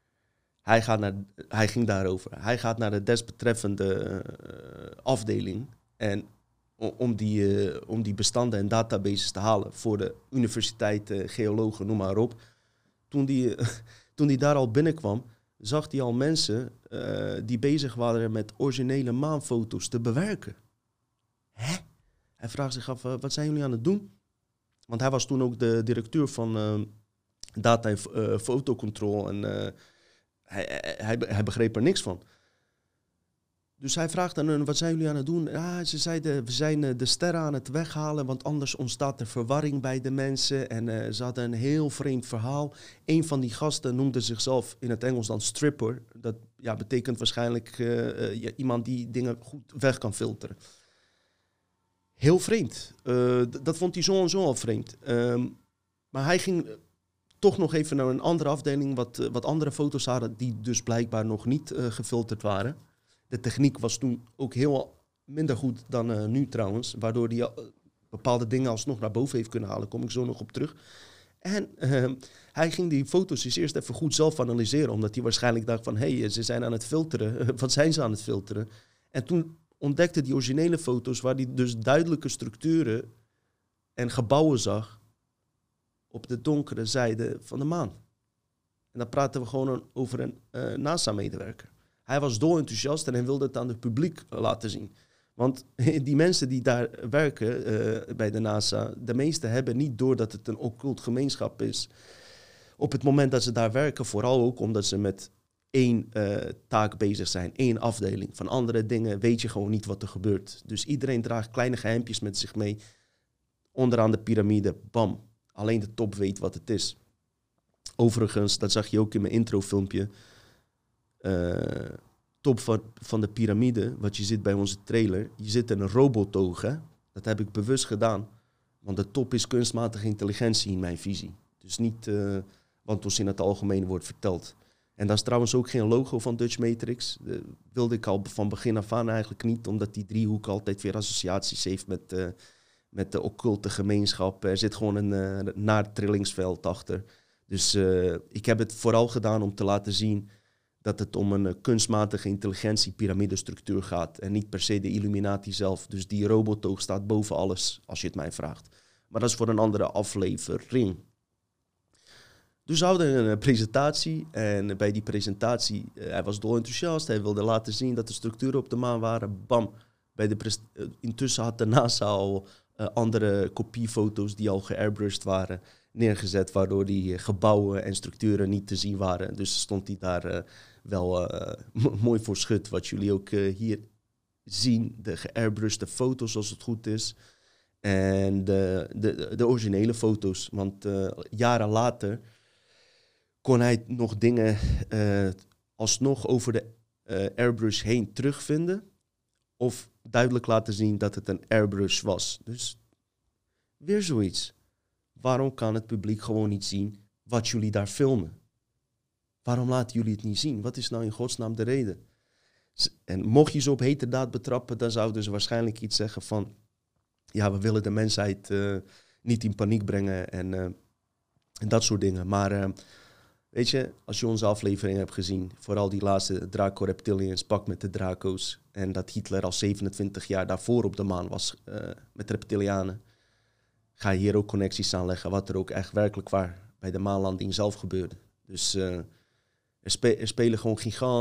Hij ging daarover. Hij gaat naar de desbetreffende afdeling en om die bestanden en databases te halen voor de universiteiten, geologen, noem maar op. Toen die daar al binnenkwam, zag hij al mensen die bezig waren met originele maanfoto's te bewerken. Hè? Hij vraagt zich af, wat zijn jullie aan het doen? Want hij was toen ook de directeur van data en fotocontrol en hij begreep er niks van. Dus hij vraagt aan hen, wat zijn jullie aan het doen? Ze zeiden, we zijn de sterren aan het weghalen, want anders ontstaat er verwarring bij de mensen. En ze hadden een heel vreemd verhaal. Een van die gasten noemde zichzelf in het Engels dan stripper. Dat betekent waarschijnlijk iemand die dingen goed weg kan filteren. Heel vreemd. Dat vond hij zo en zo al vreemd. Maar hij ging toch nog even naar een andere afdeling, wat andere foto's hadden die dus blijkbaar nog niet gefilterd waren. De techniek was toen ook heel minder goed dan nu trouwens, waardoor hij bepaalde dingen alsnog naar boven heeft kunnen halen. Kom ik zo nog op terug. En hij ging die foto's dus eerst even goed zelf analyseren, omdat hij waarschijnlijk dacht van, ze zijn aan het filteren. Wat zijn ze aan het filteren? En toen ontdekte die originele foto's waar hij dus duidelijke structuren en gebouwen zag op de donkere zijde van de maan. En dan praten we gewoon over een NASA-medewerker. Hij was dolenthousiast en hij wilde het aan het publiek laten zien. Want die mensen die daar werken bij de NASA, de meeste hebben niet door dat het een occult gemeenschap is. Op het moment dat ze daar werken, vooral ook omdat ze met één taak bezig zijn, één afdeling. Van andere dingen weet je gewoon niet wat er gebeurt. Dus iedereen draagt kleine geheimpjes met zich mee. Onderaan de piramide, bam. Alleen de top weet wat het is. Overigens, dat zag je ook in mijn introfilmpje. Top van de piramide, wat je ziet bij onze trailer. Je zit in een robottoog, hè? Dat heb ik bewust gedaan. Want de top is kunstmatige intelligentie in mijn visie. Dus niet wat ons in het algemeen wordt verteld. En dat is trouwens ook geen logo van Dutch Matrix. Wilde ik al van begin af aan eigenlijk niet. Omdat die driehoek altijd weer associaties heeft met de occulte gemeenschap. Er zit gewoon een naar trillingsveld achter. Dus ik heb het vooral gedaan om te laten zien dat het om een kunstmatige intelligentie piramidestructuur gaat. En niet per se de Illuminati zelf. Dus die robottoog staat boven alles, als je het mij vraagt. Maar dat is voor een andere aflevering. Dus we hadden een presentatie. En bij die presentatie, hij was dolenthousiast. Hij wilde laten zien dat de structuren op de maan waren. Bam. Intussen had de NASA al andere kopiefoto's die al geairbrushed waren neergezet, waardoor die gebouwen en structuren niet te zien waren. Dus stond hij daar wel mooi voor schut, wat jullie ook hier zien. De geairbrushte foto's, als het goed is. En de originele foto's. Want jaren later kon hij nog dingen alsnog over de airbrush heen terugvinden. Of duidelijk laten zien dat het een airbrush was. Dus Weer zoiets. Waarom kan het publiek gewoon niet zien wat jullie daar filmen? Waarom laten jullie het niet zien? Wat is nou in godsnaam de reden? En mocht je ze op heterdaad betrappen, dan zouden ze waarschijnlijk iets zeggen van... ja, we willen de mensheid niet in paniek brengen en dat soort dingen. Maar weet je, als je onze aflevering hebt gezien... vooral die laatste Draco Reptilians, pak met de Draco's... en dat Hitler al 27 jaar daarvoor op de maan was met reptilianen... ga je hier ook connecties aanleggen... wat er ook echt werkelijk waar bij de maanlanding zelf gebeurde. Dus er spelen gewoon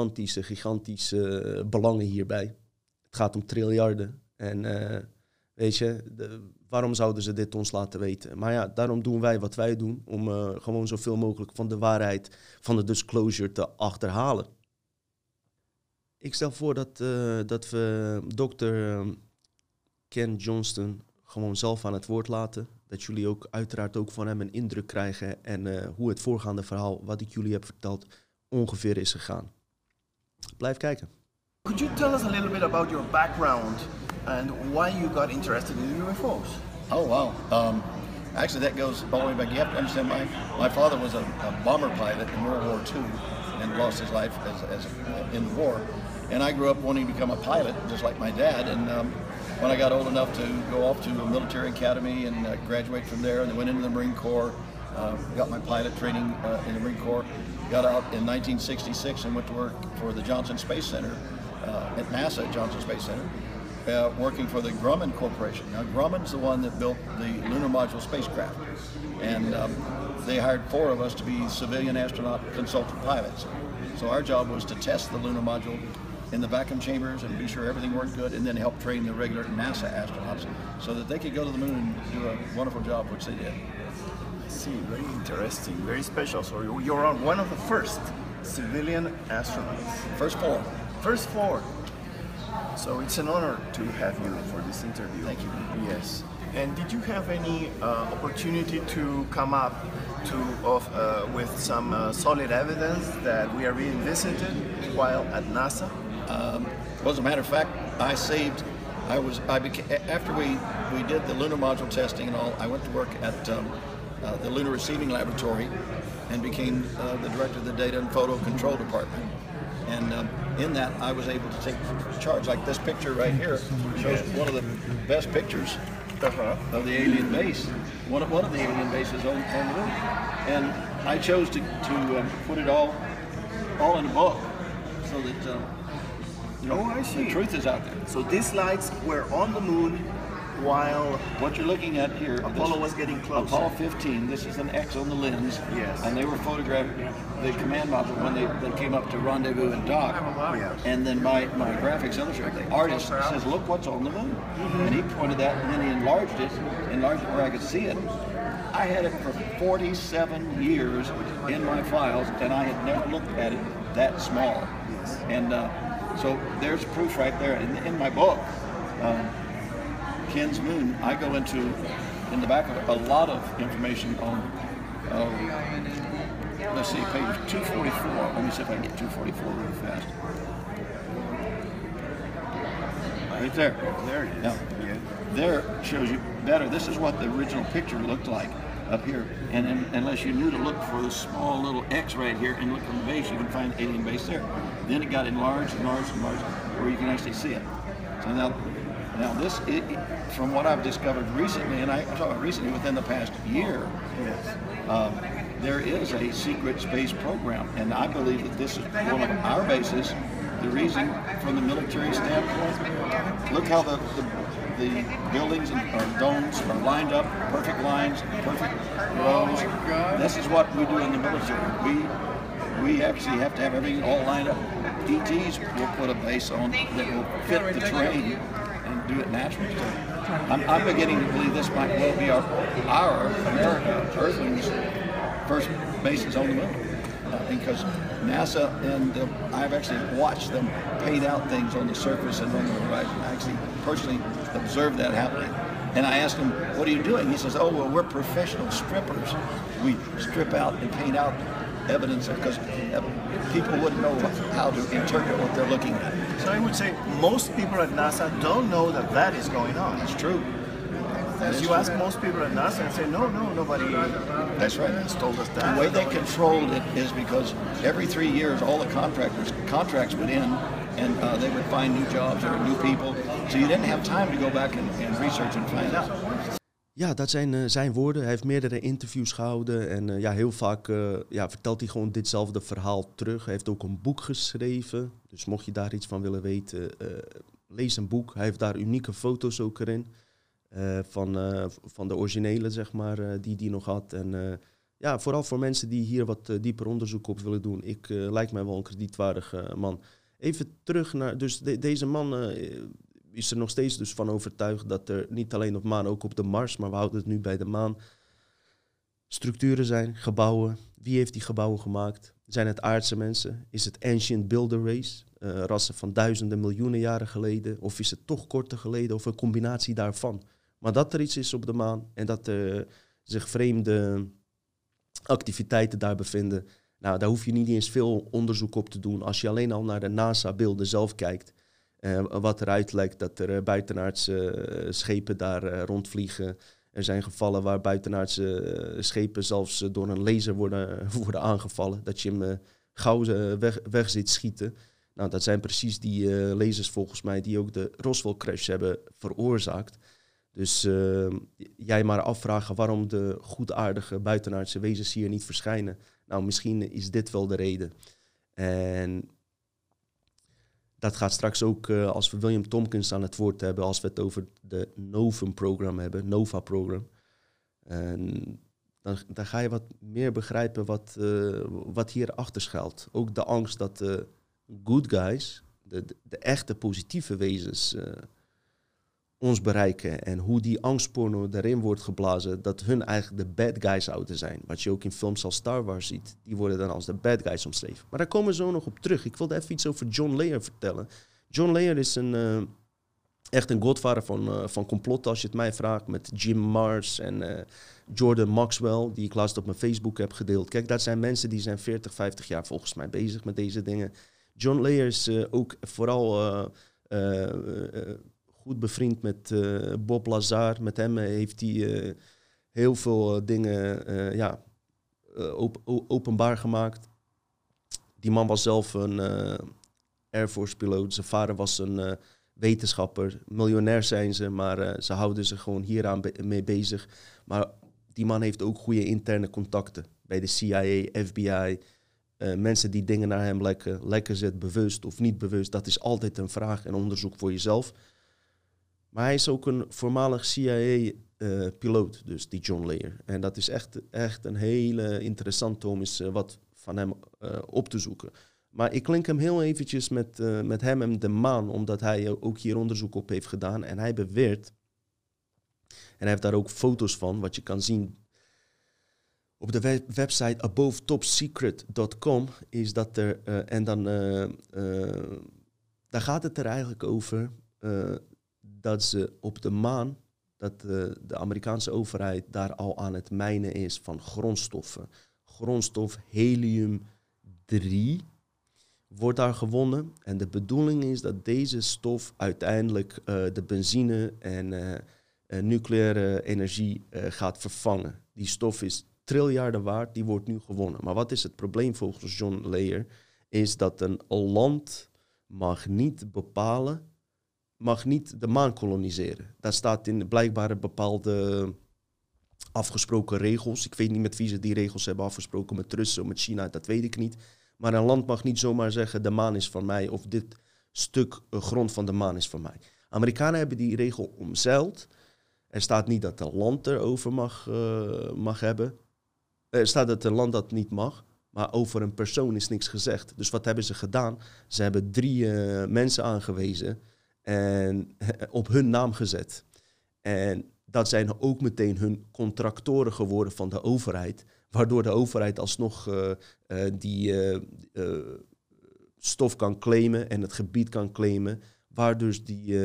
gigantische belangen hierbij. Het gaat om triljarden. En weet je, waarom zouden ze dit ons laten weten? Maar ja, daarom doen wij wat wij doen... om gewoon zoveel mogelijk van de waarheid van de disclosure te achterhalen. Ik stel voor dat we dokter Ken Johnston gewoon zelf aan het woord laten. Dat jullie ook uiteraard ook van hem een indruk krijgen... en hoe het voorgaande verhaal, wat ik jullie heb verteld, ongeveer is gegaan. Blijf kijken. Could you tell us a little bit about your background and why you got interested in UFOs? Oh, wow. Actually, that goes all the way back. You have to understand, my father was a bomber pilot in World War II and lost his life in the war. And I grew up wanting to become a pilot, just like my dad. And when I got old enough to go off to a military academy and graduate from there, and then went into the Marine Corps, got my pilot training in the Marine Corps, got out in 1966 and went to work for the Johnson Space Center at NASA, Johnson Space Center, working for the Grumman Corporation. Now, Grumman's the one that built the lunar module spacecraft, and they hired 4 of us to be civilian astronaut consultant pilots. So our job was to test the lunar module in the vacuum chambers and be sure everything worked good, and then help train the regular NASA astronauts so that they could go to the moon and do a wonderful job, which they did. I see, very interesting, very special. So you're one of the first civilian astronauts. First 4. First 4. So it's an honor to have you for this interview. Thank you. Yes. And did you have any opportunity to come up with some solid evidence that we are being visited while at NASA? Well, as a matter of fact, after we did the lunar module testing and all, I went to work at the Lunar Receiving Laboratory and became the director of the Data and Photo Control Department. And in that, I was able to take charge. Like this picture right here shows one of the best pictures of the alien base. One of the alien bases on the moon. And I chose to put it all in a book so that I see. The truth is out there. So these lights were on the moon while what you're looking at here, Apollo was getting closer. Apollo 15, this is an X on the lens. Yes. And they were photographing the command module when they came up to rendezvous and dock. Yeah. And then my graphics illustrator, the artist, says, look what's on the moon. Mm-hmm. And he pointed that, and then he enlarged it where I could see it. I had it for 47 years in my files, and I had never looked at it that small. Yes. And so there's proof right there. In my book, Ken's Moon, I go into, in the back of it, a lot of information on, let's see, page 244. Let me see if I can get 244 really fast. Right there. There it is. Now, there shows you better. This is what the original picture looked like up here. And unless you knew to look for the small little X right here and look from the base, you can find the alien base there. Then it got enlarged, where you can actually see it. So now this, from what I've discovered recently, and I'm talking recently within the past year, there is a secret space program, and I believe that this is one of our bases. The reason, from the military standpoint, look how the buildings or domes are lined up, perfect lines, perfect rows. This is what we do in the military. We actually have to have everything all lined up. ETs will put a base on that will fit the terrain and do it naturally. I'm beginning to believe this might well be our America, Earthlings, first bases on the moon. Because NASA and I've actually watched them paint out things on the surface and on the horizon. I actually personally observed that happening. And I asked him, what are you doing? He says, oh, well, we're professional strippers. We strip out and paint out evidence because people wouldn't know how to interpret what they're looking at. So I would say most people at NASA don't know that is going on. It's true. as you ask most people at NASA and say, nobody That's right. has told us that. The way they controlled it is because every 3 years, all the contracts would end, and they would find new jobs or new people. So you didn't have time to go back and research and find out. Ja, dat zijn zijn woorden. Hij heeft meerdere interviews gehouden en heel vaak vertelt hij gewoon ditzelfde verhaal terug. Hij heeft ook een boek geschreven, dus mocht je daar iets van willen weten, lees een boek. Hij heeft daar unieke foto's ook erin van de originele, zeg maar, die hij nog had. En vooral voor mensen die hier wat dieper onderzoek op willen doen. Lijkt mij wel een kredietwaardige man. Even terug naar, dus deze man is er nog steeds dus van overtuigd dat er niet alleen op maan, ook op de Mars, maar we houden het nu bij de maan, structuren zijn, gebouwen. Wie heeft die gebouwen gemaakt? Zijn het aardse mensen? Is het ancient builder race? Rassen van duizenden, miljoenen jaren geleden? Of is het toch korter geleden? Of een combinatie daarvan? Maar dat er iets is op de maan en dat er zich vreemde activiteiten daar bevinden, nou, daar hoef je niet eens veel onderzoek op te doen. Als je alleen al naar de NASA-beelden zelf kijkt, wat eruit lijkt dat er buitenaardse schepen daar rondvliegen. Er zijn gevallen waar buitenaardse schepen zelfs door een laser worden aangevallen. Dat je hem gauw weg ziet schieten. Nou, dat zijn precies die lasers volgens mij die ook de Roswell-crash hebben veroorzaakt. Dus jij maar afvragen waarom de goedaardige buitenaardse wezens hier niet verschijnen. Nou, misschien is dit wel de reden. En dat gaat straks ook, als we William Tompkins aan het woord hebben, als we het over de Novum-program hebben, Nova-program. Dan ga je wat meer begrijpen wat hierachter schuilt. Ook de angst dat de good guys, de echte positieve wezens, ons bereiken. En hoe die angstporno erin wordt geblazen, dat hun eigenlijk de bad guys zouden zijn. Wat je ook in films als Star Wars ziet. Die worden dan als de bad guys omschreven. Maar daar komen we zo nog op terug. Ik wilde even iets over John Layer vertellen. John Layer is echt een godvader van complotten, als je het mij vraagt. Met Jim Mars en Jordan Maxwell, die ik laatst op mijn Facebook heb gedeeld. Kijk, dat zijn mensen die zijn 40, 50 jaar volgens mij bezig met deze dingen. John Layer is ook vooral goed bevriend met Bob Lazar. Met hem heeft hij heel veel dingen openbaar gemaakt. Die man was zelf een Air Force piloot. Zijn vader was een wetenschapper. Miljonair zijn ze, maar ze houden zich gewoon hieraan mee bezig. Maar die man heeft ook goede interne contacten. Bij de CIA, FBI. Mensen die dingen naar hem lekken. Lekken ze het bewust of niet bewust? Dat is altijd een vraag en onderzoek voor jezelf. Maar hij is ook een voormalig CIA-piloot, dus die John Layer. En dat is echt een hele interessante om eens wat van hem op te zoeken. Maar ik link hem heel eventjes met hem en de maan, omdat hij ook hier onderzoek op heeft gedaan. En hij beweert, en hij heeft daar ook foto's van, wat je kan zien op de website abovetopsecret.com, is dat er, daar gaat het er eigenlijk over, dat ze op de maan, dat de Amerikaanse overheid daar al aan het mijnen is van grondstoffen. Grondstof helium-3 wordt daar gewonnen. En de bedoeling is dat deze stof uiteindelijk de benzine en nucleaire energie gaat vervangen. Die stof is triljarden waard, die wordt nu gewonnen. Maar wat is het probleem volgens John Layer? Is dat een land mag niet bepalen, mag niet de maan koloniseren. Daar staat in blijkbaar bepaalde afgesproken regels. Ik weet niet met wie ze die regels hebben afgesproken, met Russen of met China, dat weet ik niet. Maar een land mag niet zomaar zeggen, de maan is van mij, of dit stuk grond van de maan is van mij. Amerikanen hebben die regel omzeild. Er staat niet dat een land erover mag hebben. Er staat dat een land dat niet mag, maar over een persoon is niks gezegd. Dus wat hebben ze gedaan? Ze hebben 3 mensen aangewezen en op hun naam gezet. En dat zijn ook meteen hun contractoren geworden van de overheid, waardoor de overheid alsnog die stof kan claimen en het gebied kan claimen, waar dus die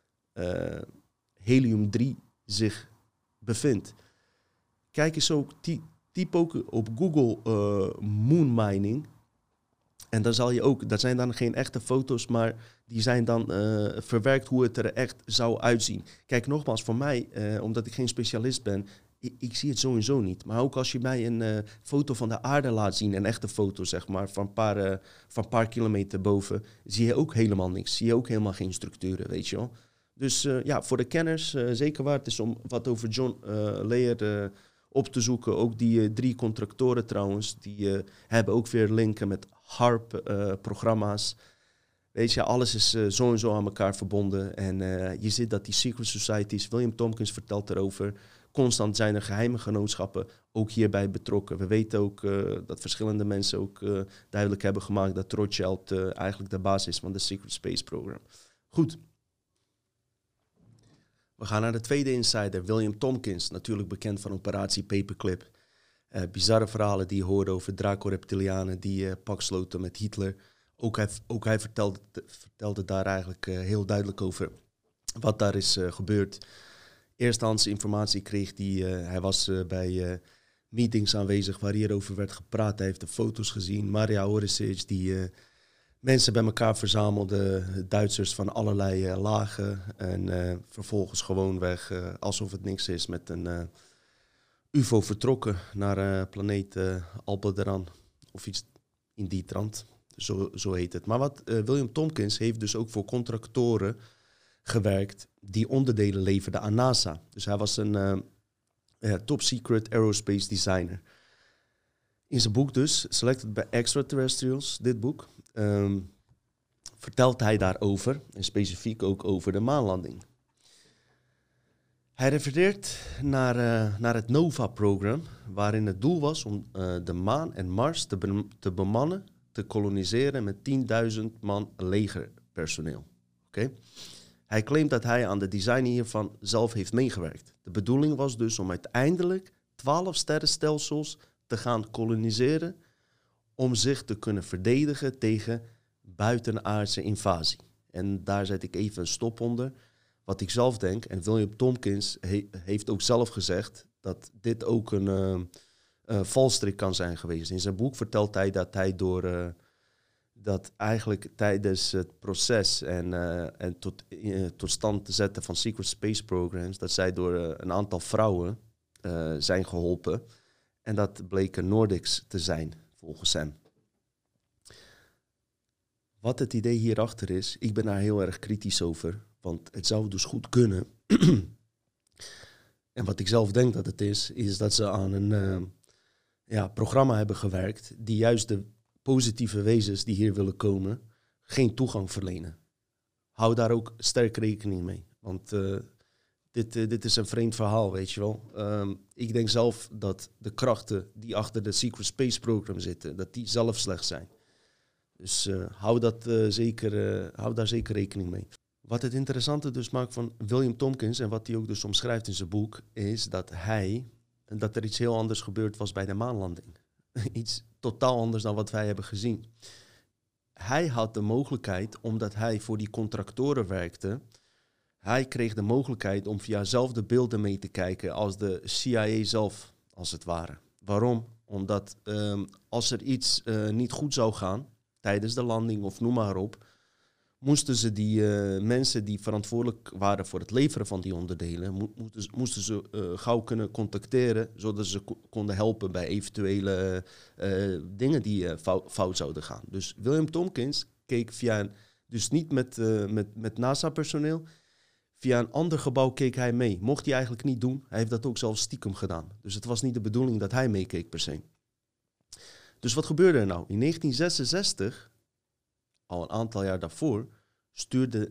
helium-3 zich bevindt. Kijk eens ook, typ ook op Google moon mining En dan zal je ook, dat zijn dan geen echte foto's, maar die zijn dan verwerkt hoe het er echt zou uitzien. Kijk, nogmaals, voor mij, omdat ik geen specialist ben, ik zie het sowieso niet. Maar ook als je mij een foto van de aarde laat zien, een echte foto zeg maar, van een paar kilometer boven, zie je ook helemaal niks. Zie je ook helemaal geen structuren, weet je wel. Dus voor de kenners zeker waard is om wat over John Laird op te zoeken. Ook die 3 contractoren trouwens, die hebben ook weer linken met HARP-programma's. Weet je, alles is zo en zo aan elkaar verbonden. En je ziet dat die secret societies, William Tompkins vertelt erover, constant zijn er geheime genootschappen ook hierbij betrokken. We weten ook dat verschillende mensen ook duidelijk hebben gemaakt dat Rothschild eigenlijk de basis is van de Secret Space Program. Goed. We gaan naar de tweede insider, William Tompkins, natuurlijk bekend van operatie Paperclip. Bizarre verhalen die je hoorde over Draco-reptilianen die pak sloten met Hitler. Ook hij vertelde daar eigenlijk heel duidelijk over wat daar is gebeurd. Eerstehands informatie kreeg hij was bij meetings aanwezig waar hierover werd gepraat. Hij heeft de foto's gezien. Maria Oresic die mensen bij elkaar verzamelde, Duitsers van allerlei lagen. En vervolgens gewoon weg, alsof het niks is, met een UFO vertrokken naar planeet Aldebaran. Of iets in die trant. Zo heet het. Maar William Tompkins heeft dus ook voor contractoren gewerkt die onderdelen leverden aan NASA. Dus hij was een top secret aerospace designer. In zijn boek dus, Selected by Extraterrestrials, dit boek, vertelt hij daarover, en specifiek ook over de maanlanding. Hij refereert naar het NOVA-programma, waarin het doel was om de maan en Mars te bemannen, te koloniseren met 10.000 man legerpersoneel. Okay? Hij claimt dat hij aan de design hiervan zelf heeft meegewerkt. De bedoeling was dus om uiteindelijk 12 sterrenstelsels te gaan koloniseren om zich te kunnen verdedigen tegen buitenaardse invasie. En daar zet ik even een stop onder. Wat ik zelf denk, en William Tompkins heeft ook zelf gezegd dat dit ook een valstrik kan zijn geweest. In zijn boek vertelt hij dat hij dat eigenlijk tijdens het proces en tot stand te zetten van secret space programs, dat zij door een aantal vrouwen zijn geholpen. En dat bleken Nordics te zijn, volgens hem. Wat het idee hierachter is, ik ben daar heel erg kritisch over. Want het zou dus goed kunnen. En wat ik zelf denk dat het is dat ze aan een programma hebben gewerkt die juist de positieve wezens die hier willen komen geen toegang verlenen. Hou daar ook sterk rekening mee. Want dit is een vreemd verhaal, weet je wel. Ik denk zelf dat de krachten die achter de Secret Space Program zitten, dat die zelf slecht zijn. Dus hou daar zeker rekening mee. Wat het interessante dus maakt van William Tompkins en wat hij ook dus omschrijft in zijn boek, is dat er iets heel anders gebeurd was bij de maanlanding. Iets totaal anders dan wat wij hebben gezien. Hij had de mogelijkheid, omdat hij voor die contractoren werkte, hij kreeg de mogelijkheid om via zelf de beelden mee te kijken als de CIA zelf, als het ware. Waarom? Omdat als er iets niet goed zou gaan tijdens de landing of noem maar op, moesten ze die mensen die verantwoordelijk waren voor het leveren van die onderdelen, moesten ze gauw kunnen contacteren, zodat ze konden helpen bij eventuele dingen die fout zouden gaan. Dus William Tompkins keek dus niet met NASA-personeel, via een ander gebouw keek hij mee. Mocht hij eigenlijk niet doen, hij heeft dat ook zelfs stiekem gedaan. Dus het was niet de bedoeling dat hij meekeek per se. Dus wat gebeurde er nou? In 1966... al een aantal jaar daarvoor, stuurde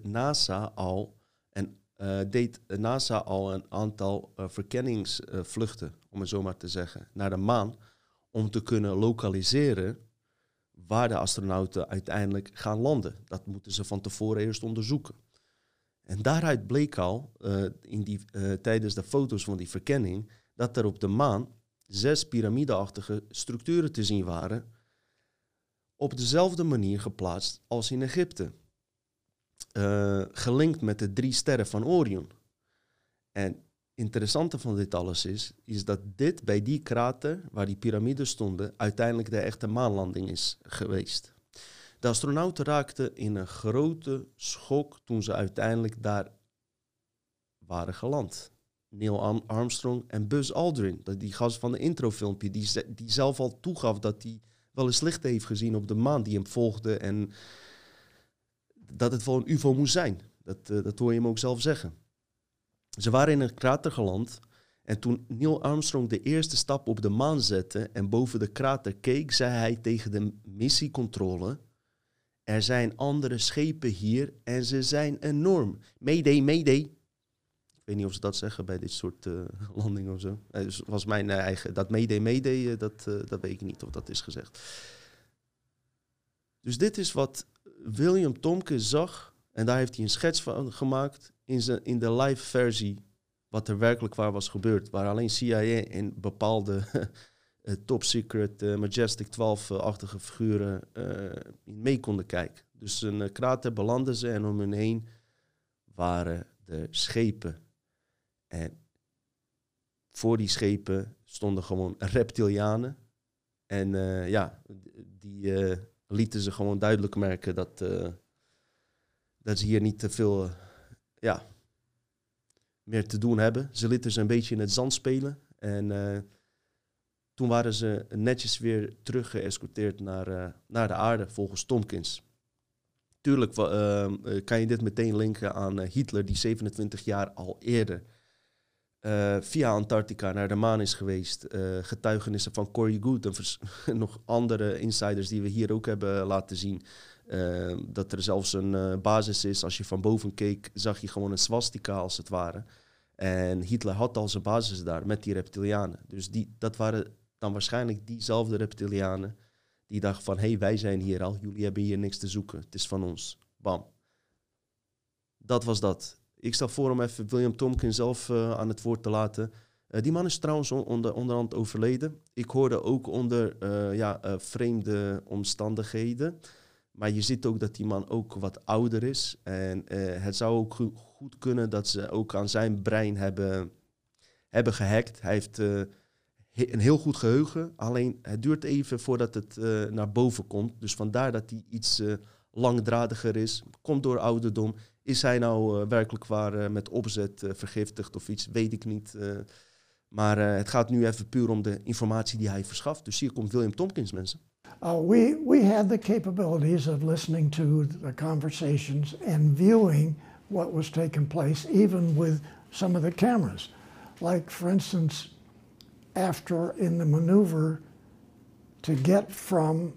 deed NASA al een aantal verkenningsvluchten, om het zo maar te zeggen, naar de maan, om te kunnen lokaliseren waar de astronauten uiteindelijk gaan landen. Dat moeten ze van tevoren eerst onderzoeken. En daaruit bleek al, tijdens de foto's van die verkenning, dat er op de maan 6 piramideachtige structuren te zien waren, op dezelfde manier geplaatst als in Egypte. Gelinkt met de 3 sterren van Orion. En het interessante van dit alles is dat dit bij die krater, waar die piramides stonden, uiteindelijk de echte maanlanding is geweest. De astronauten raakten in een grote schok toen ze uiteindelijk daar waren geland. Neil Armstrong en Buzz Aldrin, die gast van de introfilmpje, die zelf al toegaf dat hij wel eens licht heeft gezien op de maan, die hem volgde en dat het wel een UFO moest zijn. Dat hoor je hem ook zelf zeggen. Ze waren in een krater geland en toen Neil Armstrong de eerste stap op de maan zette en boven de krater keek, zei hij tegen de missiecontrole: er zijn andere schepen hier en ze zijn enorm. Mayday, mayday. Ik weet niet of ze dat zeggen bij dit soort landingen of zo. Dus was mijn eigen... Dat mayday, mayday, dat weet ik niet of dat is gezegd. Dus dit is wat William Tompkins zag. En daar heeft hij een schets van gemaakt in de live versie. Wat er werkelijk waar was gebeurd. Waar alleen CIA en bepaalde top secret Majestic 12-achtige figuren mee konden kijken. Dus een krater belanden ze en om hen heen waren de schepen. En voor die schepen stonden gewoon reptilianen. En die lieten ze gewoon duidelijk merken dat ze hier niet te veel meer te doen hebben. Ze lieten ze een beetje in het zand spelen. En toen waren ze netjes weer terug geëscorteerd naar de aarde, volgens Tompkins. Tuurlijk kan je dit meteen linken aan Hitler, die 27 jaar al eerder via Antarctica naar de maan is geweest. Getuigenissen van Corey Goode en nog andere insiders die we hier ook hebben laten zien. Dat er zelfs een basis is. Als je van boven keek, zag je gewoon een swastika als het ware. En Hitler had al zijn basis daar met die reptilianen. Dus dat waren dan waarschijnlijk diezelfde reptilianen die dachten van, hey, wij zijn hier al, jullie hebben hier niks te zoeken, het is van ons. Bam. Dat was dat. Ik stel voor om even William Tompkins zelf aan het woord te laten. Die man is trouwens onderhand overleden. Ik hoorde ook onder vreemde omstandigheden. Maar je ziet ook dat die man ook wat ouder is. En het zou ook goed kunnen dat ze ook aan zijn brein hebben gehackt. Hij heeft een heel goed geheugen. Alleen het duurt even voordat het naar boven komt. Dus vandaar dat hij iets langdradiger is. Komt door ouderdom. Is hij nou werkelijk waar met opzet vergiftigd of iets? Weet ik niet. Maar het gaat nu even puur om de informatie die hij verschaft. Dus hier komt William Tompkins, mensen. We had the capabilities of listening to the conversations and viewing what was taking place, even with some of the cameras. Like, for instance, after in the maneuver to get from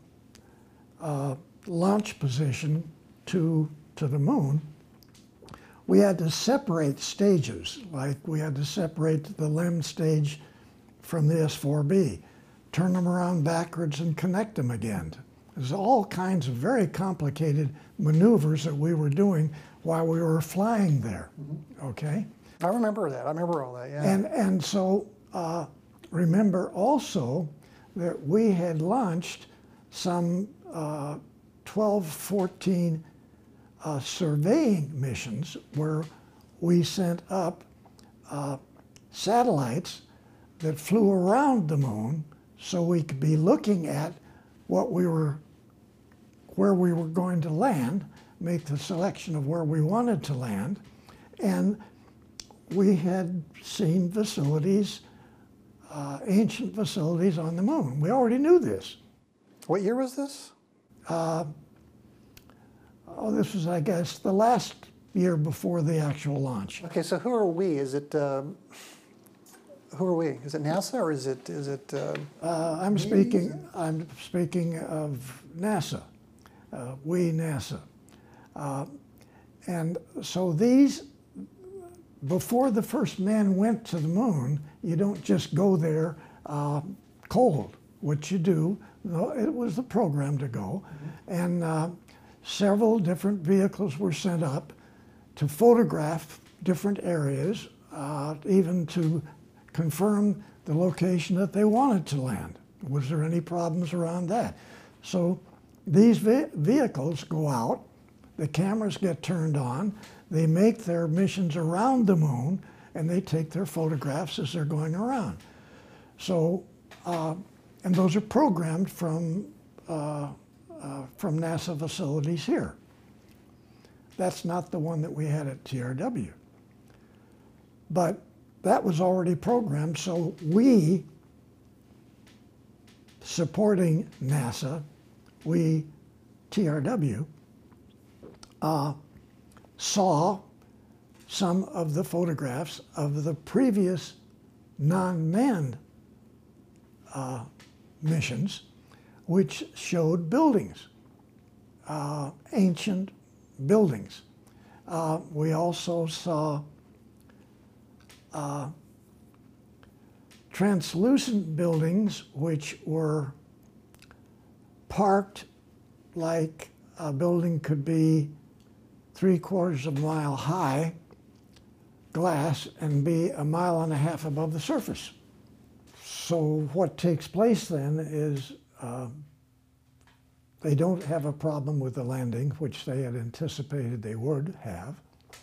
launch position to the moon, we had to separate stages. Like, we had to separate the LEM stage from the S4B, turn them around backwards and connect them again. There's all kinds of very complicated maneuvers that we were doing while we were flying there, okay? I remember that. I remember all that, yeah. And so remember also that we had launched some 12, 14 surveying missions where we sent up satellites that flew around the moon so we could be looking at where we were going to land, make the selection of where we wanted to land, and we had seen facilities, ancient facilities on the moon. We already knew this. What year was this? This was, I guess, the last year before the actual launch. Okay, so who are we? Is it who are we? Is it NASA or is it? I'm speaking of NASA. We NASA, and so these. Before the first man went to the moon, you don't just go there cold. What you do, it was the program to go, and several different vehicles were sent up to photograph different areas, even to confirm the location that they wanted to land. Was there any problems around that? So these vehicles go out, the cameras get turned on, they make their missions around the moon, and they take their photographs as they're going around. So, and those are programmed from from NASA facilities here. That's not the one that we had at TRW. But that was already programmed, so we, supporting NASA, we, TRW, saw some of the photographs of the previous non-manned missions, which showed buildings, ancient buildings. We also saw translucent buildings which were parked like a building could be 3/4 of a mile high, glass, and be 1.5 miles above the surface. So what takes place then is they don't have a problem with the landing, which they had anticipated they would have.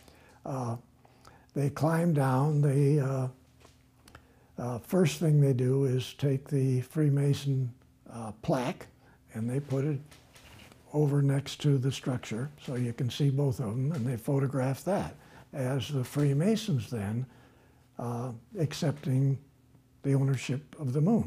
They climb down. They first thing they do is take the Freemason plaque and they put it over next to the structure so you can see both of them, and they photograph that as the Freemasons then accepting the ownership of the moon.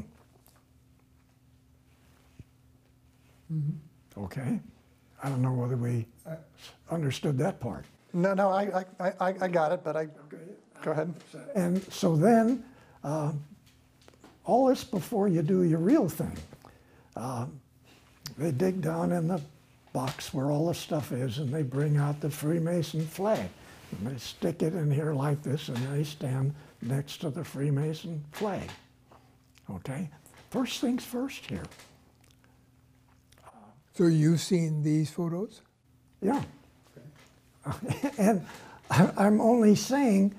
Mm-hmm. Okay? I don't know whether we understood that part. No, I got it, but go ahead. And so then, all this before you do your real thing. They dig down in the box where all the stuff is, and they bring out the Freemason flag. And they stick it in here like this, and they stand next to the Freemason flag. Okay? First things first here. So you've seen these photos? Yeah. And I'm only saying,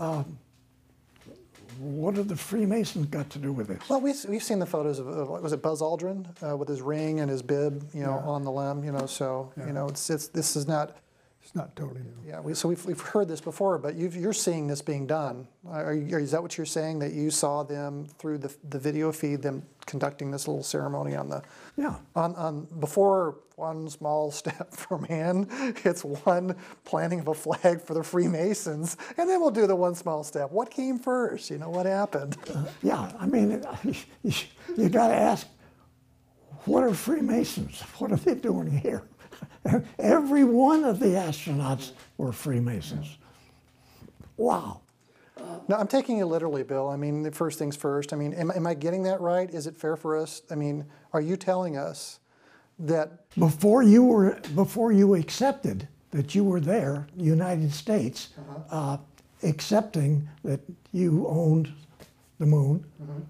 what have the Freemasons got to do with this? Well, we've seen the photos of was it Buzz Aldrin with his ring and his bib, on the limb, So this is not. It's not totally new. Yeah, we've heard this before, but you're seeing this being done. Is that what you're saying, that you saw them through the video feed, them conducting this little ceremony on the on before one small step for man, it's one planting of a flag for the Freemasons, and then we'll do the one small step. What came first? What happened? Yeah, I mean, you got to ask, what are Freemasons? What are they doing here? Every one of the astronauts were Freemasons. Wow. No, I'm taking you literally, Bill. I mean, the first things first. I mean, am I getting that right? Is it fair for us? I mean, are you telling us that before you accepted that you were there, United States, accepting that you owned the moon,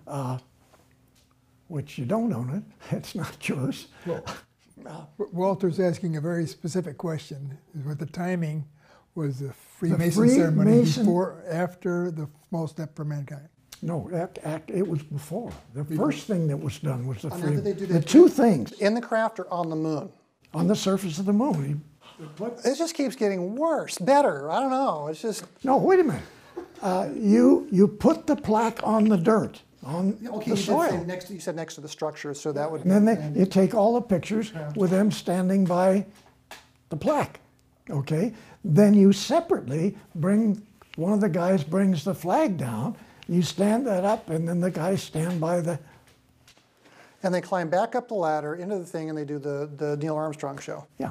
which you don't own it, it's not yours. Well, Walter's asking a very specific question. What the timing was the Freemason ceremony before, after the small step for mankind? No, it was before. The first thing that was done was the Freemason. The two things. In the craft or on the moon? On the surface of the moon. It just keeps getting worse, better. I don't know. It's just. No, wait a minute. You put the plaque on the dirt. On the soil. You said next to the structure, so that would. And then you take all the pictures with them standing by the plaque, okay? Then you separately one of the guys brings the flag down, you stand that up, and then the guys stand by the. And they climb back up the ladder into the thing, and they do the Neil Armstrong show. Yeah.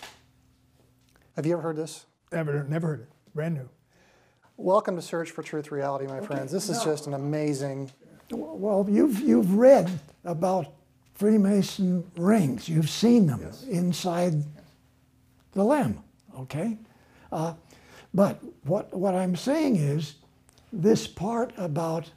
Have you ever heard this? Never heard it. Brand new. Welcome to Search for Truth Reality, my friends. This is just an amazing. Well, you've read about Freemason rings. You've seen them inside the limb, okay? But what I'm saying is this part about,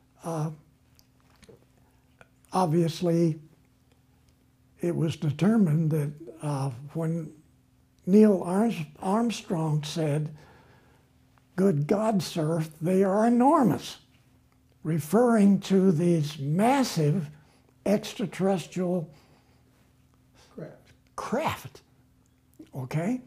obviously, it was determined that when Neil Armstrong said, "Good God, sir, they are enormous," referring to these massive extraterrestrial craft. Okay?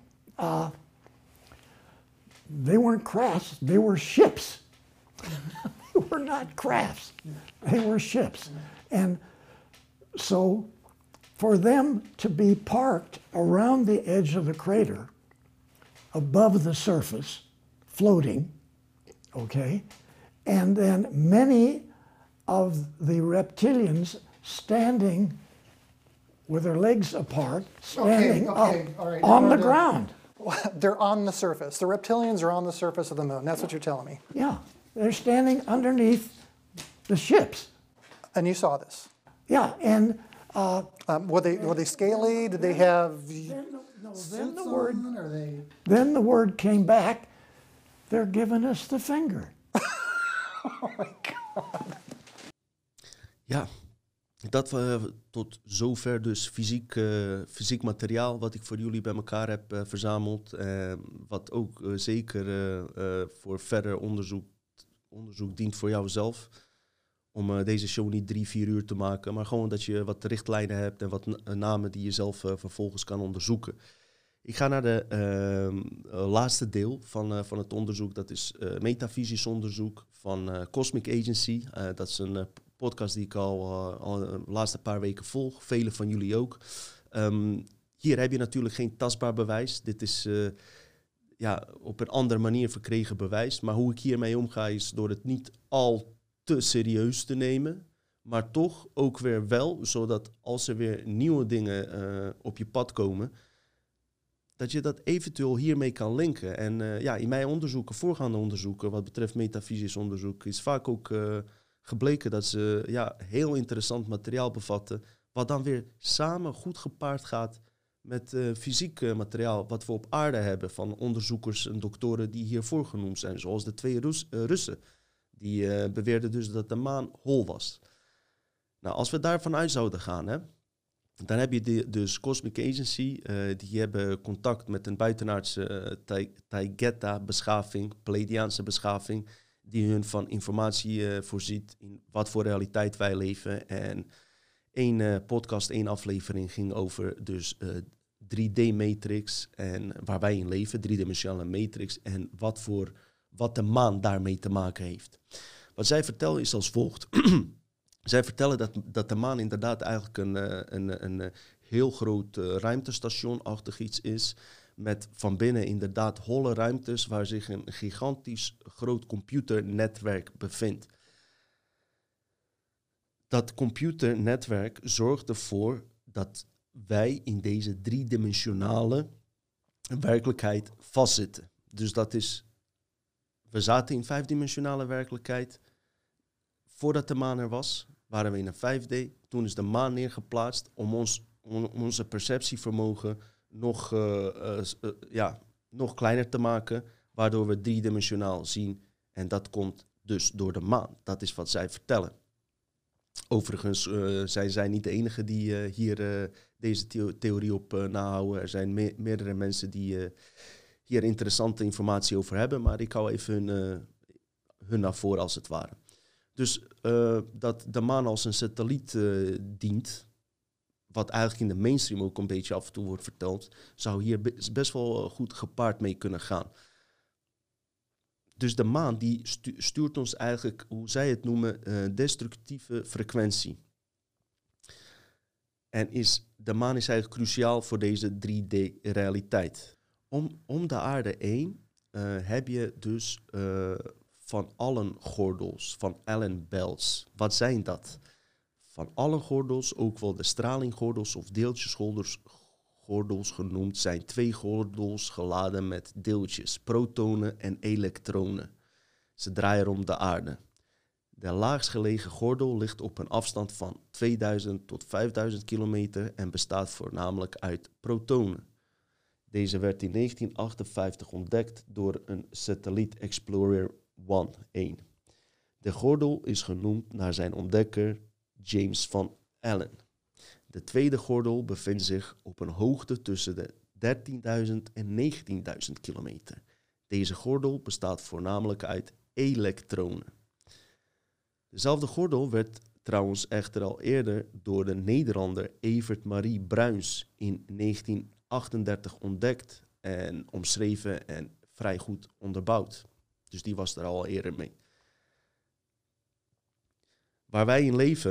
They weren't crafts, they were ships. They were not crafts, they were ships. And so for them to be parked around the edge of the crater, above the surface, floating, okay? And then many of the reptilians standing with their legs apart, standing up all right. on the ground. They're on the surface. The reptilians are on the surface of the moon. That's what you're telling me. Yeah, they're standing underneath the ships. And you saw this? Yeah, and were they scaly? Did they have? Then the word came back. They're giving us the finger. Oh my God. Ja, dat tot zover dus fysiek materiaal wat ik voor jullie bij elkaar heb verzameld. Wat ook zeker voor verder onderzoek dient voor jouzelf. Om deze show niet 3-4 uur te maken, maar gewoon dat je wat richtlijnen hebt en wat namen die je zelf vervolgens kan onderzoeken. Ik ga naar de laatste deel van het onderzoek. Dat is metafysisch onderzoek van Cosmic Agency. Dat is een podcast die ik al de laatste paar weken volg. Velen van jullie ook. Hier heb je natuurlijk geen tastbaar bewijs. Dit is op een andere manier verkregen bewijs. Maar hoe ik hiermee omga is door het niet al te serieus te nemen. Maar toch ook weer wel, zodat als er weer nieuwe dingen op je pad komen, dat je dat eventueel hiermee kan linken. En in mijn onderzoeken, voorgaande onderzoeken, wat betreft metafysisch onderzoek, is vaak ook gebleken dat ze heel interessant materiaal bevatten, wat dan weer samen goed gepaard gaat met fysiek materiaal wat we op aarde hebben van onderzoekers en doktoren die hiervoor genoemd zijn, zoals de 2 Russen. Die beweerden dus dat de maan hol was. Nou, als we daarvan uit zouden gaan, hè, dan heb je dus Cosmic Agency. Die hebben contact met een buitenaardse Taygeta-beschaving, Pleiadiaanse beschaving, die hun van informatie voorziet in wat voor realiteit wij leven. En één podcast, 1 aflevering ging over dus 3D-matrix en waar wij in leven, 3-dimensionale matrix en wat de maan daarmee te maken heeft. Wat zij vertellen is als volgt. Zij vertellen dat de maan inderdaad eigenlijk een heel groot ruimtestation-achtig iets is, met van binnen inderdaad holle ruimtes waar zich een gigantisch groot computernetwerk bevindt. Dat computernetwerk zorgt ervoor dat wij in deze 3-dimensionale werkelijkheid vastzitten. Dus dat is, we zaten in 5-dimensionale werkelijkheid. Voordat de maan er was, waren we in een 5D. Toen is de maan neergeplaatst om onze perceptievermogen nog kleiner te maken, waardoor we 3-dimensionaal zien. En dat komt dus door de maan. Dat is wat zij vertellen. Overigens, zij zijn niet de enige die hier deze theorie op nahouden. Er zijn meerdere mensen die hier interessante informatie over hebben, maar ik hou even hun naar voren als het ware. Dus dat de maan als een satelliet dient, wat eigenlijk in de mainstream ook een beetje af en toe wordt verteld, zou hier best wel goed gepaard mee kunnen gaan. Dus de maan die stuurt ons eigenlijk, hoe zij het noemen, destructieve frequentie. En de maan is eigenlijk cruciaal voor deze 3D-realiteit. Om de aarde heen heb je dus van allen gordels, van Allen belts. Wat zijn dat? Van allen gordels, ook wel de stralinggordels of deeltjesgordels genoemd, zijn 2 gordels geladen met deeltjes, protonen en elektronen. Ze draaien om de aarde. De laagst gelegen gordel ligt op een afstand van 2000 tot 5000 kilometer en bestaat voornamelijk uit protonen. Deze werd in 1958 ontdekt door een satelliet Explorer 1. De gordel is genoemd naar zijn ontdekker James van Allen. De tweede gordel bevindt zich op een hoogte tussen de 13.000 en 19.000 kilometer. Deze gordel bestaat voornamelijk uit elektronen. Dezelfde gordel werd trouwens echter al eerder door de Nederlander Evert Marie Bruins in 1938 ontdekt en omschreven en vrij goed onderbouwd. Dus die was er al eerder mee. Waar wij in leven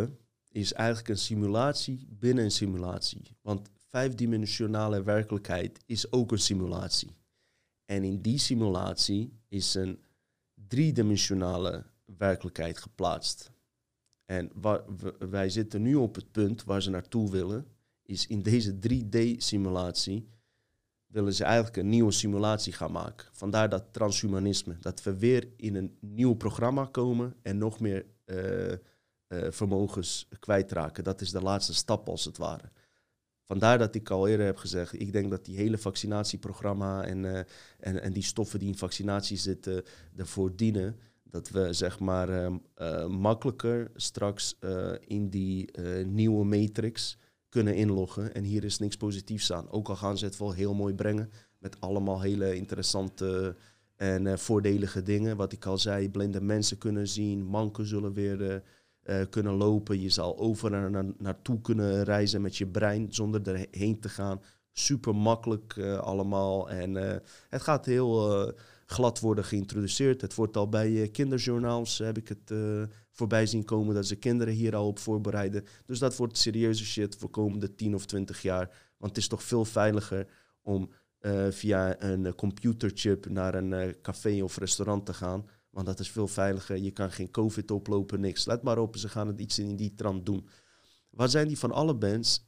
is eigenlijk een simulatie binnen een simulatie. Want 5-dimensionale werkelijkheid is ook een simulatie. En in die simulatie is een 3-dimensionale werkelijkheid geplaatst. En wij zitten nu op het punt waar ze naartoe willen, is in deze 3D-simulatie willen ze eigenlijk een nieuwe simulatie gaan maken. Vandaar dat transhumanisme, dat we weer in een nieuw programma komen en nog meer vermogens kwijtraken. Dat is de laatste stap als het ware. Vandaar dat ik al eerder heb gezegd, ik denk dat die hele vaccinatieprogramma en die stoffen die in vaccinatie zitten ervoor dienen dat we zeg maar makkelijker straks in die nieuwe matrix kunnen inloggen. En hier is niks positiefs aan. Ook al gaan ze het wel heel mooi brengen met allemaal hele interessante en voordelige dingen. Wat ik al zei, blinde mensen kunnen zien, manken zullen weer kunnen lopen. Je zal overal naartoe kunnen reizen met je brein zonder erheen te gaan. Super makkelijk allemaal. En het gaat heel glad worden geïntroduceerd. Het wordt al bij kinderjournaals, heb ik het voorbij zien komen, dat ze kinderen hier al op voorbereiden. Dus dat wordt serieuze shit voor komende 10 of 20 jaar. Want het is toch veel veiliger om via een computerchip naar een café of restaurant te gaan. Want dat is veel veiliger. Je kan geen COVID oplopen, niks. Let maar op, ze gaan het iets in die trant doen. Wat zijn die van alle bands?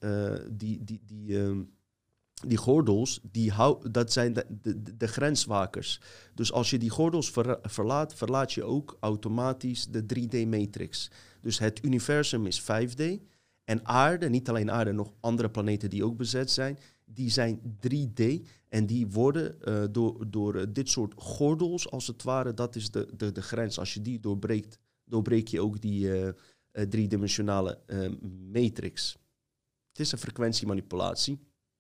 Die gordels, dat zijn de grenswakers. Dus als je die gordels verlaat je ook automatisch de 3D-matrix. Dus het universum is 5D. En aarde, niet alleen aarde, nog andere planeten die ook bezet zijn, die zijn 3D. En die worden door dit soort gordels, als het ware, dat is de grens. Als je die doorbreekt, doorbreek je ook die driedimensionale matrix. Het is een frequentiemanipulatie.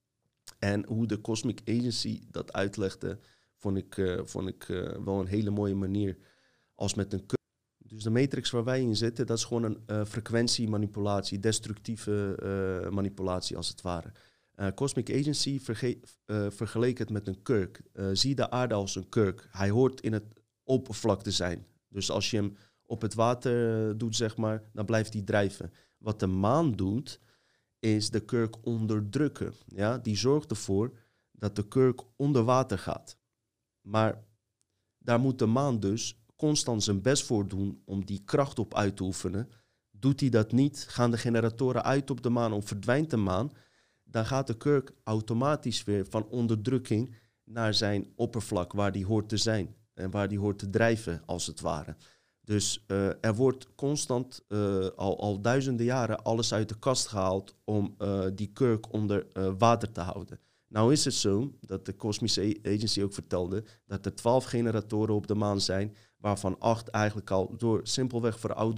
En hoe de Cosmic Agency dat uitlegde, vond ik wel een hele mooie manier. Als met een Dus de matrix waar wij in zitten, dat is gewoon een frequentiemanipulatie, destructieve manipulatie als het ware. Cosmic Agency vergeleek het met een kurk. Zie de aarde als een kurk. Hij hoort in het oppervlak te zijn. Dus als je hem op het water doet, zeg maar, dan blijft hij drijven. Wat de maan doet, is de kurk onderdrukken. Ja? Die zorgt ervoor dat de kurk onder water gaat. Maar daar moet de maan dus constant zijn best voor doen om die kracht op uit te oefenen. Doet hij dat niet, gaan de generatoren uit op de maan of verdwijnt de maan, dan gaat de kurk automatisch weer van onderdrukking naar zijn oppervlak waar die hoort te zijn en waar die hoort te drijven, als het ware. Dus er wordt constant al duizenden jaren alles uit de kast gehaald om die kurk onder water te houden. Nou is het zo, dat de Cosmic Agency ook vertelde, dat er 12 generatoren op de maan zijn, waarvan 8 eigenlijk al door simpelweg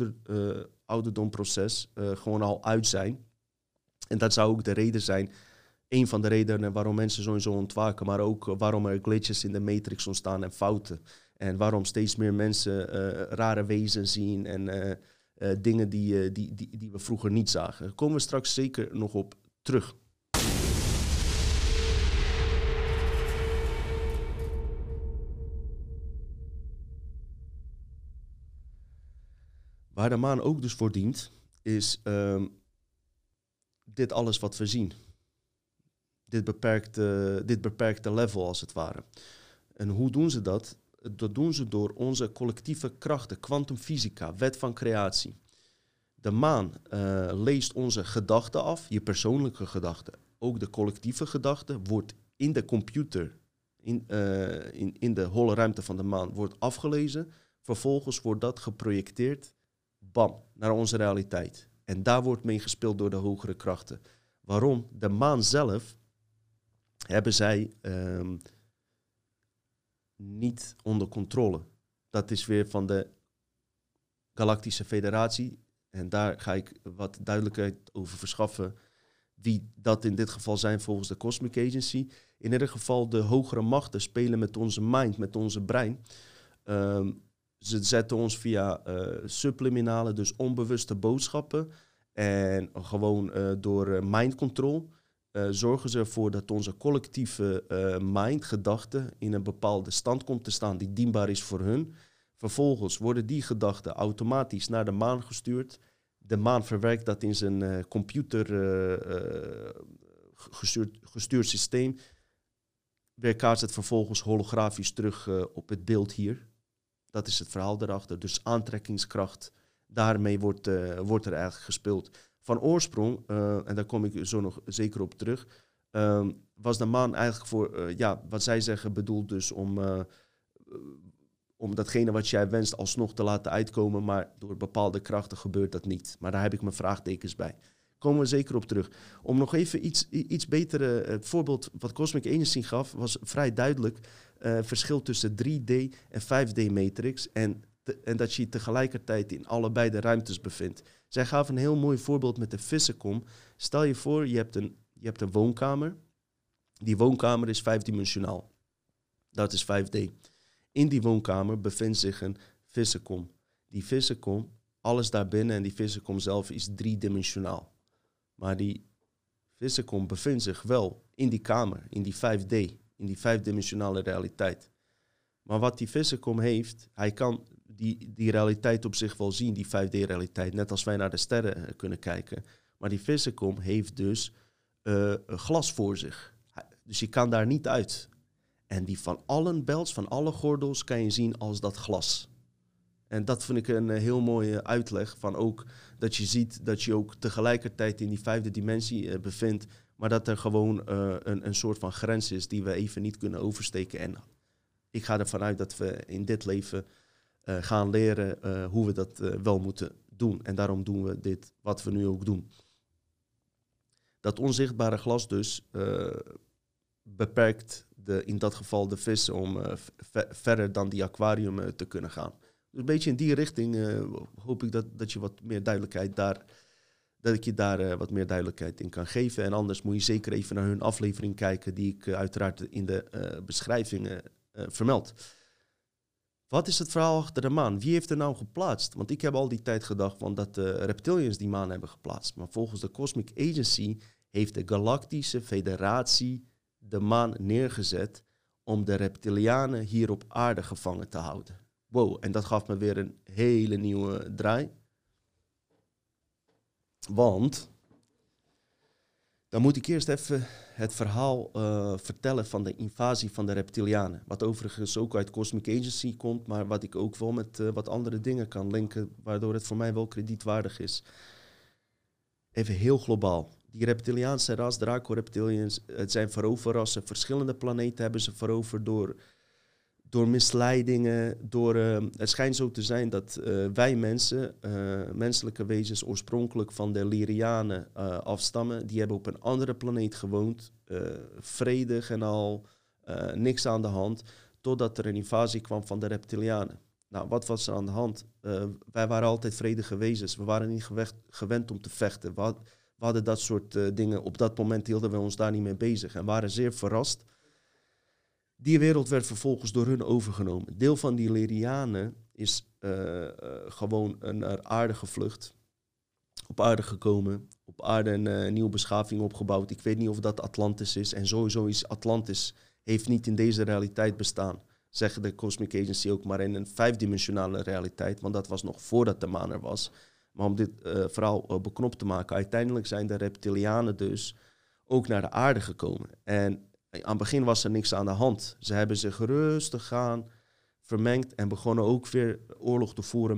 ouderdomproces gewoon al uit zijn. En dat zou ook de reden zijn, een van de redenen waarom mensen sowieso ontwaken, maar ook waarom er glitches in de matrix ontstaan en fouten. En waarom steeds meer mensen rare wezens zien en dingen die we vroeger niet zagen. Daar komen we straks zeker nog op terug. Waar de maan ook dus voor dient, is dit alles wat we zien. Dit beperkte level, als het ware. En hoe doen ze dat? Dat doen ze door onze collectieve krachten, kwantumfysica, wet van creatie. De maan leest onze gedachten af, je persoonlijke gedachten. Ook de collectieve gedachten wordt in de computer, in de holle ruimte van de maan, wordt afgelezen. Vervolgens wordt dat geprojecteerd, bam, naar onze realiteit. En daar wordt mee gespeeld door de hogere krachten. Waarom? De maan zelf hebben zij niet onder controle. Dat is weer van de Galactische Federatie. En daar ga ik wat duidelijkheid over verschaffen wie dat in dit geval zijn volgens de Cosmic Agency. In ieder geval de hogere machten spelen met onze mind, met onze brein. Ze zetten ons via subliminale, dus onbewuste boodschappen. En gewoon door mind control zorgen ze ervoor dat onze collectieve mind, gedachten, in een bepaalde stand komt te staan die dienbaar is voor hun. Vervolgens worden die gedachten automatisch naar de maan gestuurd. De maan verwerkt dat in zijn computer gestuurd systeem. Weerkaatst het vervolgens holografisch terug op het beeld hier. Dat is het verhaal erachter. Dus aantrekkingskracht, daarmee wordt er eigenlijk gespeeld. Van oorsprong, en daar kom ik zo nog zeker op terug, was de maan eigenlijk voor, wat zij zeggen, bedoeld dus om datgene wat jij wenst alsnog te laten uitkomen, maar door bepaalde krachten gebeurt dat niet. Maar daar heb ik mijn vraagtekens bij. Komen we zeker op terug. Om nog even iets beter, het voorbeeld wat Cosmic Agency gaf, was vrij duidelijk. Verschil tussen 3D en 5D matrix en dat je je tegelijkertijd in allebei de ruimtes bevindt. Zij gaven een heel mooi voorbeeld met de Visicom. Stel je voor, je hebt een woonkamer. Die woonkamer is 5-dimensionaal. Dat is 5D. In die woonkamer bevindt zich een Visicom. Die Visicom, alles daarbinnen en die Visicom zelf is 3-dimensionaal. Maar die Visicom bevindt zich wel in die kamer, in die 5D, in die 5-dimensionale realiteit. Maar wat die Visicom heeft, hij kan die realiteit op zich wel zien, die 5D-realiteit, net als wij naar de sterren kunnen kijken. Maar die Visicom heeft dus glas voor zich. Dus je kan daar niet uit. En die van alle belts, van alle gordels, kan je zien als dat glas. En dat vind ik een heel mooie uitleg van ook dat je ziet dat je ook tegelijkertijd in die 5e dimensie bevindt, maar dat er gewoon een soort van grens is die we even niet kunnen oversteken. En ik ga ervan uit dat we in dit leven gaan leren hoe we dat wel moeten doen. En daarom doen we dit wat we nu ook doen. Dat onzichtbare glas dus beperkt in dat geval de vissen om verder dan die aquarium te kunnen gaan. Dus een beetje in die richting hoop ik dat je wat meer duidelijkheid dat ik je daar wat meer duidelijkheid in kan geven. En anders moet je zeker even naar hun aflevering kijken, die ik uiteraard in de beschrijving vermeld. Wat is het verhaal achter de maan? Wie heeft er nou geplaatst? Want ik heb al die tijd gedacht van dat de reptilians die maan hebben geplaatst. Maar volgens de Cosmic Agency heeft de Galactische Federatie de maan neergezet om de reptilianen hier op aarde gevangen te houden. Wow, en dat gaf me weer een hele nieuwe draai. Want dan moet ik eerst even het verhaal vertellen van de invasie van de reptilianen. Wat overigens ook uit Cosmic Agency komt, maar wat ik ook wel met wat andere dingen kan linken, waardoor het voor mij wel kredietwaardig is. Even heel globaal. Die reptiliaanse ras, Draco-reptilians, het zijn veroverrassen. Verschillende planeten hebben ze veroverd door misleidingen. Het schijnt zo te zijn dat wij mensen, menselijke wezens, oorspronkelijk van de Lyrianen afstammen. Die hebben op een andere planeet gewoond, vredig en al, niks aan de hand, totdat er een invasie kwam van de reptilianen. Nou, wat was er aan de hand? Wij waren altijd vredige wezens. We waren niet gewend om te vechten. We hadden dat soort dingen. Op dat moment hielden we ons daar niet mee bezig en waren zeer verrast. Die wereld werd vervolgens door hun overgenomen. Deel van die Lyrianen is gewoon naar aarde gevlucht. Op aarde gekomen. Op aarde een nieuwe beschaving opgebouwd. Ik weet niet of dat Atlantis is. En sowieso is Atlantis heeft niet in deze realiteit bestaan. Zeggen de Cosmic Agency ook, maar in een 5-dimensionale realiteit. Want dat was nog voordat de maan er was. Maar om dit verhaal beknopt te maken. Uiteindelijk zijn de reptilianen dus ook naar de aarde gekomen. En aan het begin was er niks aan de hand. Ze hebben zich rustig gaan vermengd en begonnen ook weer oorlog te voeren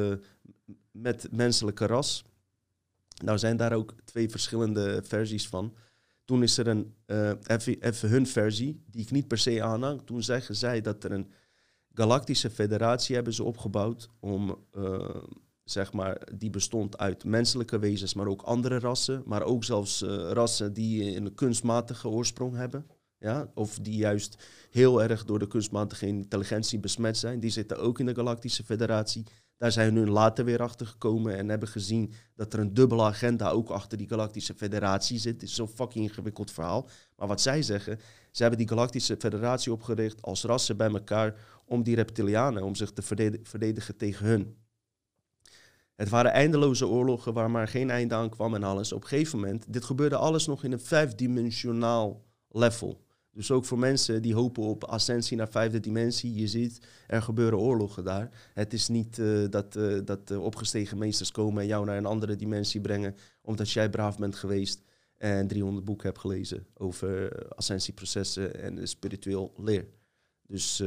met menselijke ras. Nou zijn daar ook 2 verschillende versies van. Toen is er even hun versie, die ik niet per se aanhang. Toen zeggen zij dat er een galactische federatie hebben ze opgebouwd om, zeg maar, die bestond uit menselijke wezens, maar ook andere rassen. Maar ook zelfs rassen die een kunstmatige oorsprong hebben. Ja, of die juist heel erg door de kunstmatige intelligentie besmet zijn. Die zitten ook in de Galactische Federatie. Daar zijn hun later weer achter gekomen en hebben gezien dat er een dubbele agenda ook achter die Galactische Federatie zit. Het is zo'n fucking ingewikkeld verhaal. Maar wat zij zeggen, ze hebben die Galactische Federatie opgericht als rassen bij elkaar om die reptilianen, om zich te verdedigen tegen hun. Het waren eindeloze oorlogen waar maar geen einde aan kwam en alles. Op een gegeven moment, dit gebeurde alles nog in een 5-dimensionaal level. Dus ook voor mensen die hopen op ascensie naar 5e dimensie. Je ziet, er gebeuren oorlogen daar. Het is niet dat opgestegen meesters komen en jou naar een andere dimensie brengen, omdat jij braaf bent geweest en 300 boeken hebt gelezen over ascensieprocessen en spiritueel leer. Dus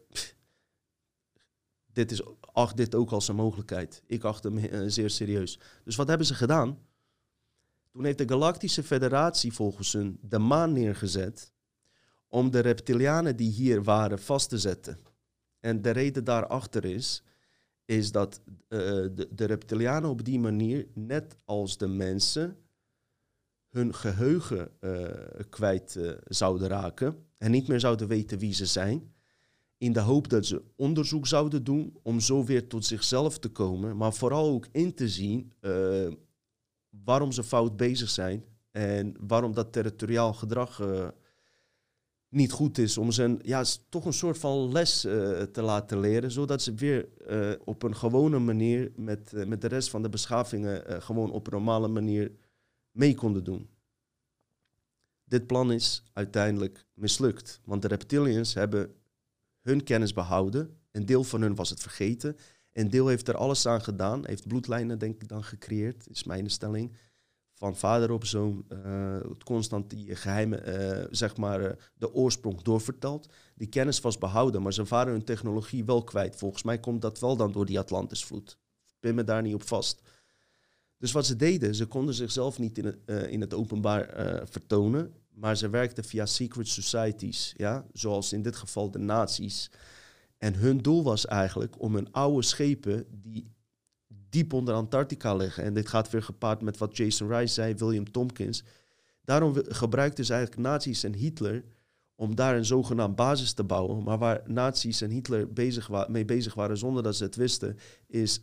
acht dit ook als een mogelijkheid. Ik acht hem zeer serieus. Dus wat hebben ze gedaan? Toen heeft de Galactische Federatie volgens hun de maan neergezet om de reptilianen die hier waren vast te zetten. En de reden daarachter is dat de reptilianen op die manier, net als de mensen, hun geheugen kwijt zouden raken en niet meer zouden weten wie ze zijn. In de hoop dat ze onderzoek zouden doen om zo weer tot zichzelf te komen, maar vooral ook in te zien waarom ze fout bezig zijn en waarom dat territoriaal gedrag niet goed is, om ze toch een soort van les te laten leren, zodat ze weer op een gewone manier met de rest van de beschavingen gewoon op een normale manier mee konden doen. Dit plan is uiteindelijk mislukt, want de reptilians hebben hun kennis behouden. Een deel van hun was het vergeten. Een deel heeft er alles aan gedaan, heeft bloedlijnen denk ik dan gecreëerd, is mijn stelling. Van vader op zoon, constant die geheime, de oorsprong doorverteld. Die kennis was behouden, maar ze waren hun technologie wel kwijt. Volgens mij komt dat wel dan door die Atlantisvloed. Ik ben me daar niet op vast. Dus wat ze deden, ze konden zichzelf niet in het openbaar vertonen, maar ze werkten via secret societies, ja? Zoals in dit geval de nazi's. En hun doel was eigenlijk om hun oude schepen die diep onder Antarctica liggen, en dit gaat weer gepaard met wat Jason Rice zei, William Tompkins. Daarom gebruikten ze eigenlijk nazi's en Hitler om daar een zogenaamd basis te bouwen. Maar waar nazi's en Hitler mee bezig waren zonder dat ze het wisten, is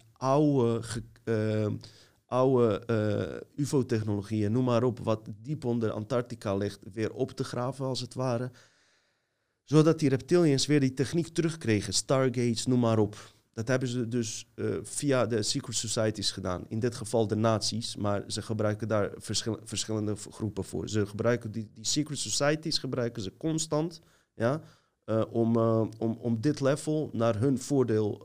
oude UFO-technologieën, noem maar op, wat diep onder Antarctica ligt, weer op te graven als het ware. Zodat die reptilians weer die techniek terugkregen, Stargates, noem maar op. Dat hebben ze dus via de secret societies gedaan. In dit geval de nazi's, maar ze gebruiken daar verschillende groepen voor. Ze gebruiken die secret societies gebruiken ze constant, ja, om dit level naar hun voordeel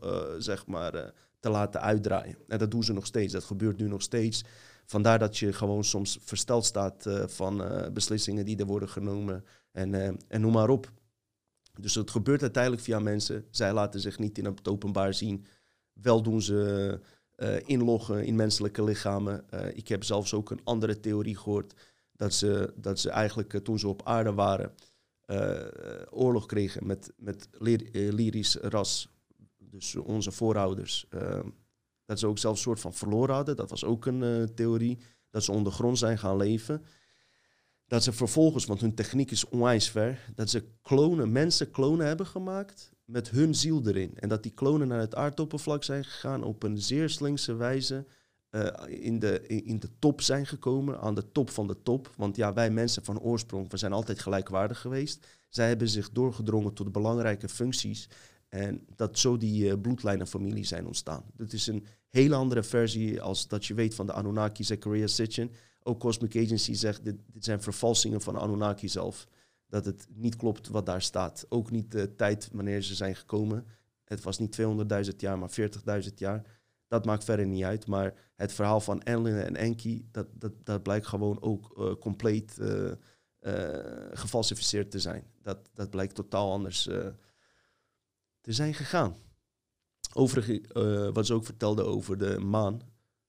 te laten uitdraaien. En dat doen ze nog steeds. Dat gebeurt nu nog steeds. Vandaar dat je gewoon soms versteld staat van beslissingen die er worden genomen en noem maar op. Dus het gebeurt uiteindelijk via mensen. Zij laten zich niet in het openbaar zien. Wel doen ze inloggen in menselijke lichamen. Ik heb zelfs ook een andere theorie gehoord. Dat ze eigenlijk toen ze op aarde waren oorlog kregen met lyrisch ras. Dus onze voorouders. Dat ze ook zelfs een soort van verloren hadden. Dat was ook een theorie. Dat ze ondergrond zijn gaan leven. Dat ze vervolgens, want hun techniek is onwijs ver, dat ze mensen klonen hebben gemaakt met hun ziel erin. En dat die klonen naar het aardoppervlak zijn gegaan op een zeer slinkse wijze in de top zijn gekomen, aan de top van de top. Want ja, wij mensen van oorsprong, we zijn altijd gelijkwaardig geweest. Zij hebben zich doorgedrongen tot belangrijke functies en dat zo die bloedlijnenfamilie zijn ontstaan. Dat is een hele andere versie als dat je weet van de Anunnaki, Zecharia Sitchin. Ook Cosmic Agency zegt, dit zijn vervalsingen van Anunnaki zelf. Dat het niet klopt wat daar staat. Ook niet de tijd wanneer ze zijn gekomen. Het was niet 200.000 jaar, maar 40.000 jaar. Dat maakt verder niet uit. Maar het verhaal van Enlil en Enki, dat blijkt gewoon ook compleet gefalsificeerd te zijn. Dat blijkt totaal anders te zijn gegaan. Overigens, wat ze ook vertelde over de maan.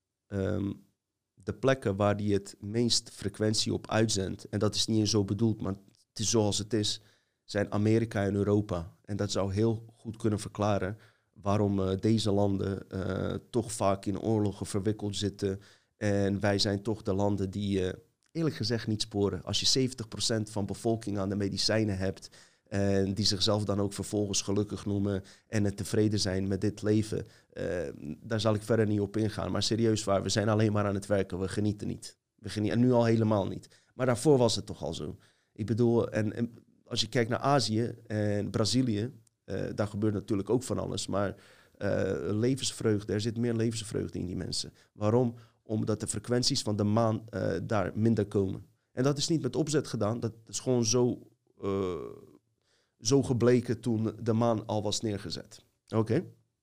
De plekken waar die het meest frequentie op uitzendt, en dat is niet eens zo bedoeld, maar het is zoals het is, zijn Amerika en Europa. En dat zou heel goed kunnen verklaren waarom deze landen toch vaak in oorlogen verwikkeld zitten. En wij zijn toch de landen die eerlijk gezegd niet sporen. Als je 70% van bevolking aan de medicijnen hebt en die zichzelf dan ook vervolgens gelukkig noemen en het tevreden zijn met dit leven, daar zal ik verder niet op ingaan. Maar serieus waar, we zijn alleen maar aan het werken, we genieten niet. En nu al helemaal niet. Maar daarvoor was het toch al zo. Ik bedoel, en als je kijkt naar Azië en Brazilië, daar gebeurt natuurlijk ook van alles. Maar levensvreugde, er zit meer levensvreugde in die mensen. Waarom? Omdat de frequenties van de maan daar minder komen. En dat is niet met opzet gedaan, dat is gewoon zo zo gebleken toen de maan al was neergezet. Oké.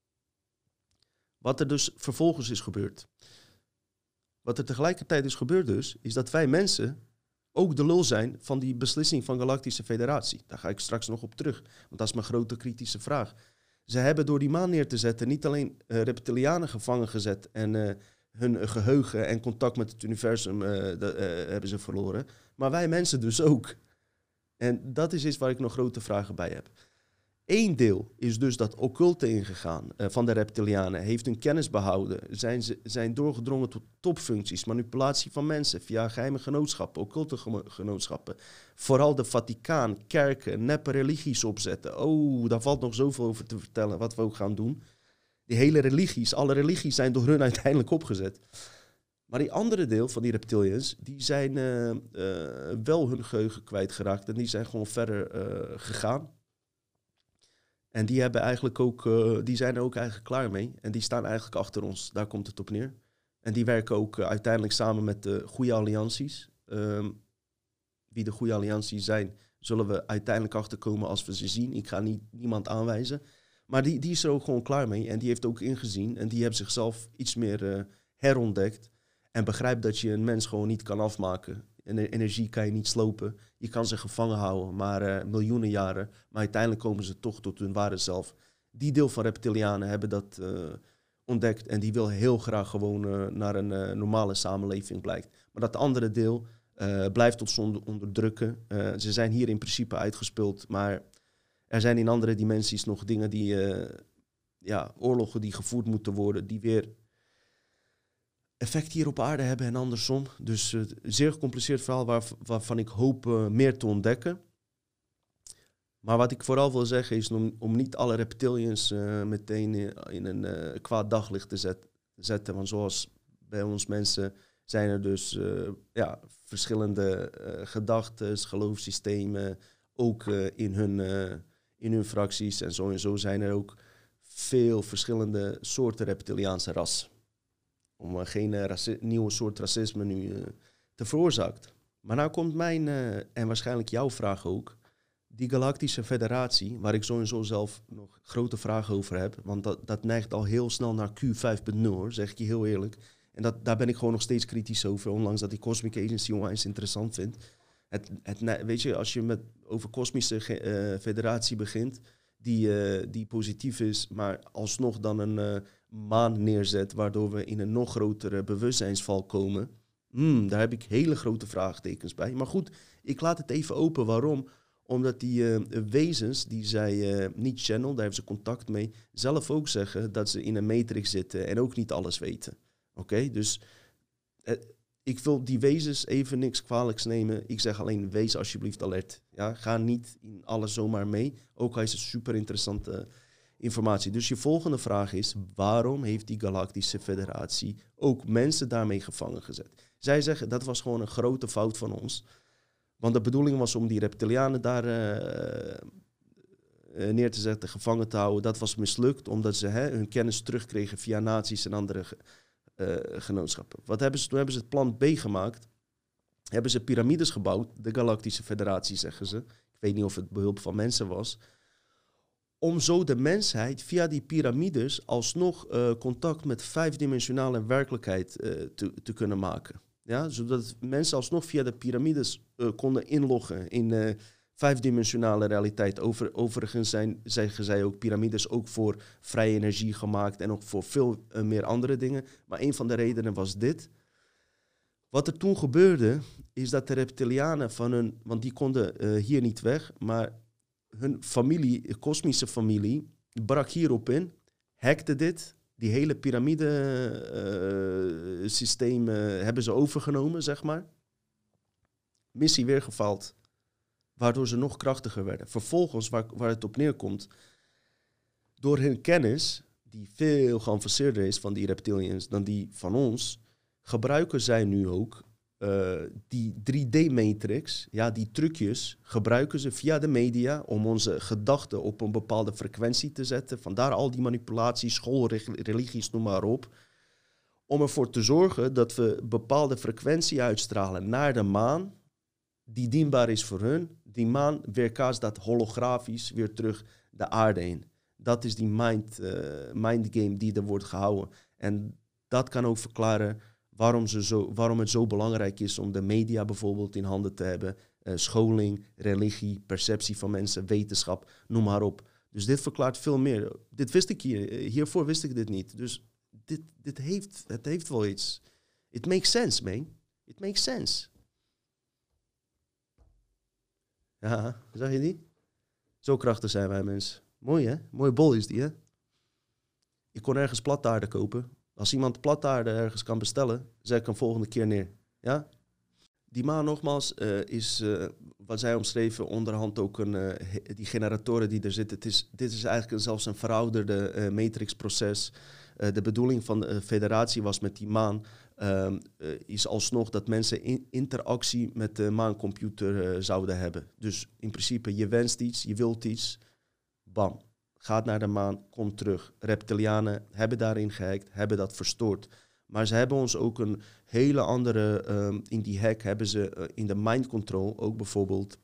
Wat er dus vervolgens is gebeurd. Wat er tegelijkertijd is gebeurd dus, is dat wij mensen ook de lul zijn van die beslissing van Galactische Federatie. Daar ga ik straks nog op terug, want dat is mijn grote kritische vraag. Ze hebben door die maan neer te zetten niet alleen reptilianen gevangen gezet en hun geheugen en contact met het universum hebben ze verloren, maar wij mensen dus ook. En dat is iets waar ik nog grote vragen bij heb. Eén deel is dus dat occulte ingegaan van de reptilianen, heeft hun kennis behouden, zijn doorgedrongen tot topfuncties, manipulatie van mensen via geheime genootschappen, occulte genootschappen. Vooral de Vaticaan, kerken, neppe religies opzetten. Oh, daar valt nog zoveel over te vertellen, wat we ook gaan doen. Die hele religies, alle religies zijn door hun uiteindelijk opgezet. Maar die andere deel van die reptilians, die zijn wel hun geheugen kwijtgeraakt en die zijn gewoon verder gegaan. En die hebben eigenlijk ook, die zijn er ook eigenlijk klaar mee. En die staan eigenlijk achter ons. Daar komt het op neer. En die werken ook uiteindelijk samen met de goede allianties. Wie de goede allianties zijn, zullen we uiteindelijk achterkomen als we ze zien. Ik ga niemand aanwijzen. Maar die is er ook gewoon klaar mee. En die heeft ook ingezien. En die heeft zichzelf iets meer herontdekt. En begrijpt dat je een mens gewoon niet kan afmaken. En de energie kan je niet slopen. Je kan ze gevangen houden, maar miljoenen jaren. Maar uiteindelijk komen ze toch tot hun ware zelf. Die deel van reptilianen hebben dat ontdekt. En die wil heel graag gewoon naar een normale samenleving blijkt. Maar dat andere deel blijft ons onderdrukken. Ze zijn hier in principe uitgespeeld. Maar er zijn in andere dimensies nog dingen die... oorlogen die gevoerd moeten worden. Die weer effect hier op aarde hebben en andersom. Dus een zeer gecompliceerd verhaal waarvan ik hoop meer te ontdekken. Maar wat ik vooral wil zeggen is om niet alle reptilians meteen in een kwaad daglicht te zetten. Want zoals bij ons mensen zijn er dus verschillende gedachten, geloofssystemen, ook in hun fracties. En zo zijn er ook veel verschillende soorten reptiliaanse ras. Om geen nieuwe soort racisme nu te veroorzaken. Maar nou komt mijn, en waarschijnlijk jouw vraag ook, die Galactische Federatie, waar ik sowieso zelf nog grote vragen over heb, want dat neigt al heel snel naar Q5.0, zeg ik je heel eerlijk. En daar ben ik gewoon nog steeds kritisch over, ondanks dat die Cosmic Agency onwijs interessant vind. Weet je, als je over Kosmische Federatie begint, die positief is, maar alsnog dan een maan neerzet, waardoor we in een nog grotere bewustzijnsval komen. Daar heb ik hele grote vraagtekens bij. Maar goed, ik laat het even open. Waarom? Omdat die wezens die zij niet channel, daar hebben ze contact mee, zelf ook zeggen dat ze in een matrix zitten en ook niet alles weten. Oké? Dus ik wil die wezens even niks kwalijks nemen. Ik zeg alleen, wees alsjeblieft alert. Ja? Ga niet in alles zomaar mee. Ook al is het super interessante informatie. Dus je volgende vraag is, waarom heeft die Galactische Federatie ook mensen daarmee gevangen gezet? Zij zeggen, dat was gewoon een grote fout van ons. Want de bedoeling was om die reptilianen daar neer te zetten, gevangen te houden. Dat was mislukt, omdat ze hun kennis terugkregen via nazi's en andere genootschappen. Wat hebben ze? Toen hebben ze het plan B gemaakt. Hebben ze piramides gebouwd, de Galactische Federatie zeggen ze. Ik weet niet of het behulp van mensen was. Om zo de mensheid via die piramides alsnog contact met 5-dimensionale werkelijkheid te kunnen maken. Ja, zodat mensen alsnog via de piramides konden inloggen in 5-dimensionale realiteit. Overigens zeggen zij ook piramides ook voor vrije energie gemaakt en ook voor veel meer andere dingen. Maar een van de redenen was dit. Wat er toen gebeurde, is dat de reptilianen van hun, want die konden hier niet weg, maar hun familie, kosmische familie, brak hierop in, hackte dit. Die hele piramidesysteem hebben ze overgenomen, zeg maar. Missie weer gefaald, waardoor ze nog krachtiger werden. Vervolgens, waar het op neerkomt, door hun kennis, die veel geavanceerder is van die reptilians dan die van ons, gebruiken zij nu ook die 3D-matrix, ja, die trucjes, gebruiken ze via de media om onze gedachten op een bepaalde frequentie te zetten. Vandaar al die manipulaties, school, religies, noem maar op. Om ervoor te zorgen dat we bepaalde frequentie uitstralen naar de maan. die dienbaar is voor hun. Die maan weerkaatst dat holografisch weer terug de aarde in. Dat is die mind game die er wordt gehouden. En dat kan ook verklaren waarom het zo belangrijk is om de media bijvoorbeeld in handen te hebben. Scholing, religie, perceptie van mensen, wetenschap, noem maar op. Dus dit verklaart veel meer. Dit wist ik hiervoor wist ik dit niet. Dus het heeft wel iets. It makes sense, man. It makes sense. Ja, zag je die? Zo krachtig zijn wij mensen. Mooi, hè? Mooie bol is die, hè? Ik kon ergens plattaarden kopen. Als iemand plattaarden ergens kan bestellen, zet ik hem volgende keer neer. Ja? Die maan nogmaals is, wat zij omschreven, onderhand ook die generatoren die er zitten. Dit is eigenlijk zelfs een verouderde matrixproces. De bedoeling van de federatie was met die maan, is alsnog dat mensen interactie met de maancomputer zouden hebben. Dus in principe, je wenst iets, je wilt iets, bam. Gaat naar de maan, komt terug. Reptilianen hebben daarin gehackt, hebben dat verstoord. Maar ze hebben ons ook een hele andere, in die hack hebben ze in de mind control ook bijvoorbeeld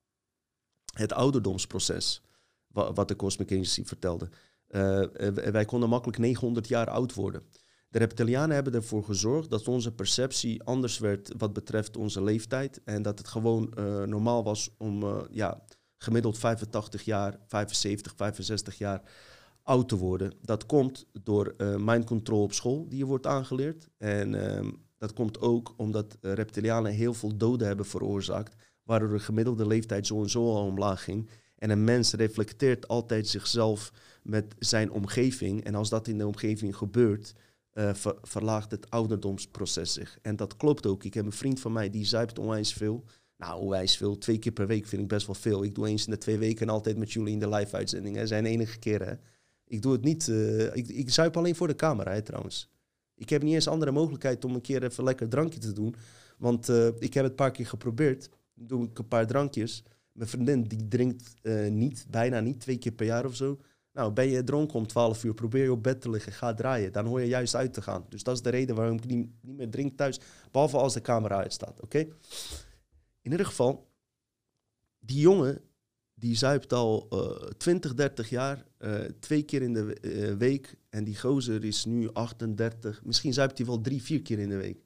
het ouderdomsproces, wat de Cosmic Agency vertelde. Wij konden makkelijk 900 jaar oud worden. De reptilianen hebben ervoor gezorgd dat onze perceptie anders werd wat betreft onze leeftijd. En dat het gewoon normaal was om gemiddeld 85 jaar, 75, 65 jaar oud te worden. Dat komt door mind control op school die je wordt aangeleerd. En dat komt ook omdat reptilianen heel veel doden hebben veroorzaakt, waardoor de gemiddelde leeftijd zo en zo al omlaag ging. En een mens reflecteert altijd zichzelf met zijn omgeving. En als dat in de omgeving gebeurt, verlaagt het ouderdomsproces zich. En dat klopt ook. Ik heb een vriend van mij die zuipt onwijs veel. Nou, onwijs veel. 2 keer per week vind ik best wel veel. Ik doe eens in de 2 weken altijd met jullie in de live-uitzending. Hè. Zijn enige keren. Hè. Ik doe het niet. Ik zuip alleen voor de camera, hè, trouwens. Ik heb niet eens andere mogelijkheid om een keer even lekker drankje te doen. Want ik heb het een paar keer geprobeerd. Dan doe ik een paar drankjes. Mijn vriendin die drinkt bijna niet, 2 keer per jaar of zo. Nou, ben je dronken om 12 uur, probeer je op bed te liggen, ga draaien. Dan hoor je juist uit te gaan. Dus dat is de reden waarom ik niet meer drink thuis. Behalve als de camera uitstaat, oké? In ieder geval, die jongen, die zuipt al 20, 30 jaar, 2 keer in de week. En die gozer is nu 38. Misschien zuipt hij wel 3, 4 keer in de week.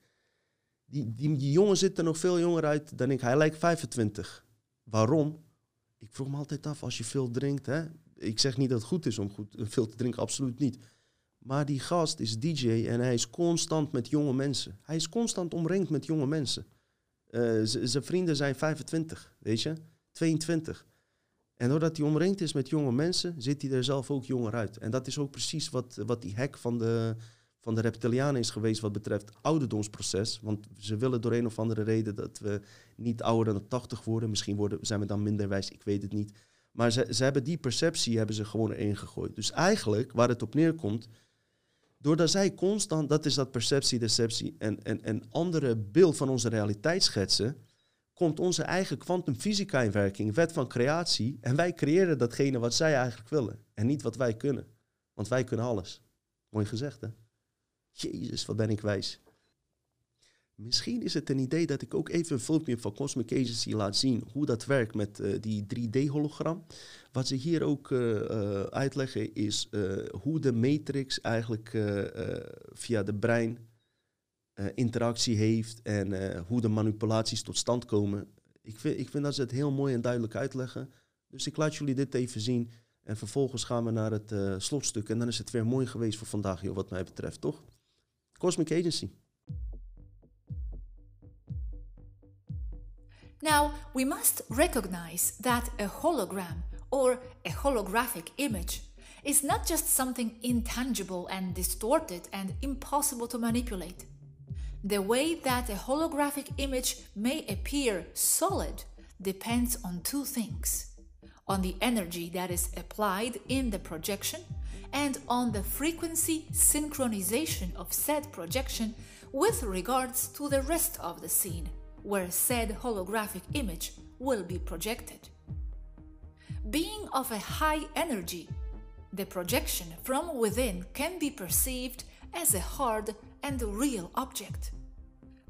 Die jongen ziet er nog veel jonger uit dan ik. Hij lijkt 25. Waarom? Ik vroeg me altijd af, als je veel drinkt, hè? Ik zeg niet dat het goed is om veel te drinken, absoluut niet. Maar die gast is DJ en hij is constant met jonge mensen. Hij is constant omringd met jonge mensen. Zijn vrienden zijn 25, weet je, 22. En doordat hij omringd is met jonge mensen, ziet hij er zelf ook jonger uit. En dat is ook precies wat die hack van de reptilianen is geweest wat betreft ouderdomsproces. Want ze willen door een of andere reden dat we niet ouder dan 80 worden. Misschien zijn we dan minder wijs, ik weet het niet. Maar ze hebben die perceptie hebben ze gewoon erin gegooid. Dus eigenlijk, waar het op neerkomt, doordat zij constant, dat is dat perceptie, deceptie en andere beeld van onze realiteit schetsen, komt onze eigen kwantumfysica in werking, wet van creatie. En wij creëren datgene wat zij eigenlijk willen. En niet wat wij kunnen. Want wij kunnen alles. Mooi gezegd, hè? Jezus, wat ben ik wijs. Misschien is het een idee dat ik ook even een filmpje van Cosmic Agency laat zien hoe dat werkt met die 3D-hologram. Wat ze hier ook uitleggen is hoe de matrix eigenlijk via de brein interactie heeft en hoe de manipulaties tot stand komen. Ik vind dat ze het heel mooi en duidelijk uitleggen. Dus ik laat jullie dit even zien en vervolgens gaan we naar het slotstuk. En dan is het weer mooi geweest voor vandaag, joh, wat mij betreft, toch? Cosmic Agency. Now, we must recognize that a hologram or a holographic image is not just something intangible and distorted and impossible to manipulate. The way that a holographic image may appear solid depends on 2 things: on the energy that is applied in the projection and on the frequency synchronization of said projection with regards to the rest of the scene, where said holographic image will be projected. Being of a high energy, the projection from within can be perceived as a hard and real object.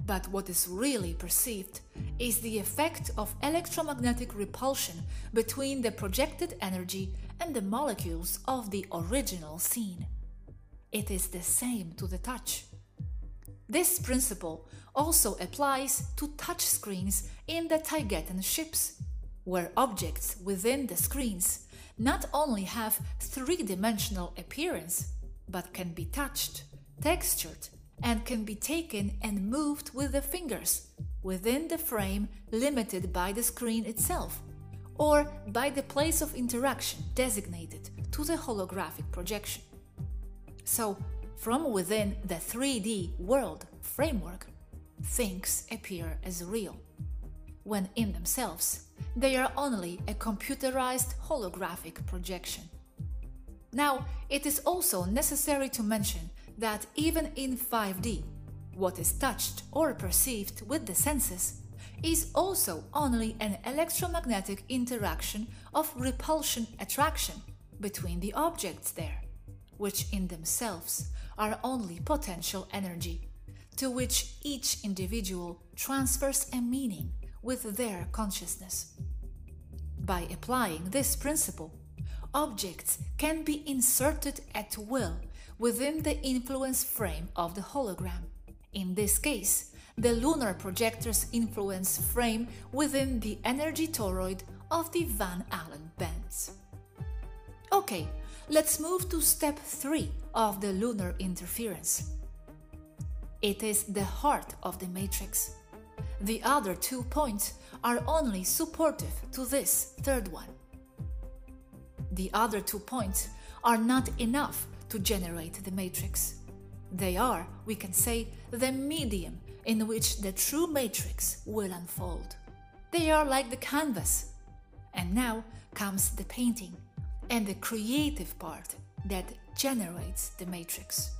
But what is really perceived is the effect of electromagnetic repulsion between the projected energy and the molecules of the original scene. It is the same to the touch. This principle also applies to touch screens in the Taigetan ships, where objects within the screens not only have three-dimensional appearance, but can be touched, textured, and can be taken and moved with the fingers within the frame limited by the screen itself, or by the place of interaction designated to the holographic projection. So, from within the 3D world framework, things appear as real, when in themselves they are only a computerized holographic projection. Now, it is also necessary to mention that even in 5D, what is touched or perceived with the senses is also only an electromagnetic interaction of repulsion-attraction between the objects there, which in themselves are only potential energy, to which each individual transfers a meaning with their consciousness. By applying this principle, objects can be inserted at will within the influence frame of the hologram. In this case, the lunar projector's influence frame within the energy toroid of the Van Allen bands. Okay, let's move to step 3 of the lunar interference. It is the heart of the matrix. The other 2 points are only supportive to this third one. The other 2 points are not enough to generate the matrix. They are, we can say, the medium in which the true matrix will unfold. They are like the canvas. And now comes the painting and the creative part that generates the matrix.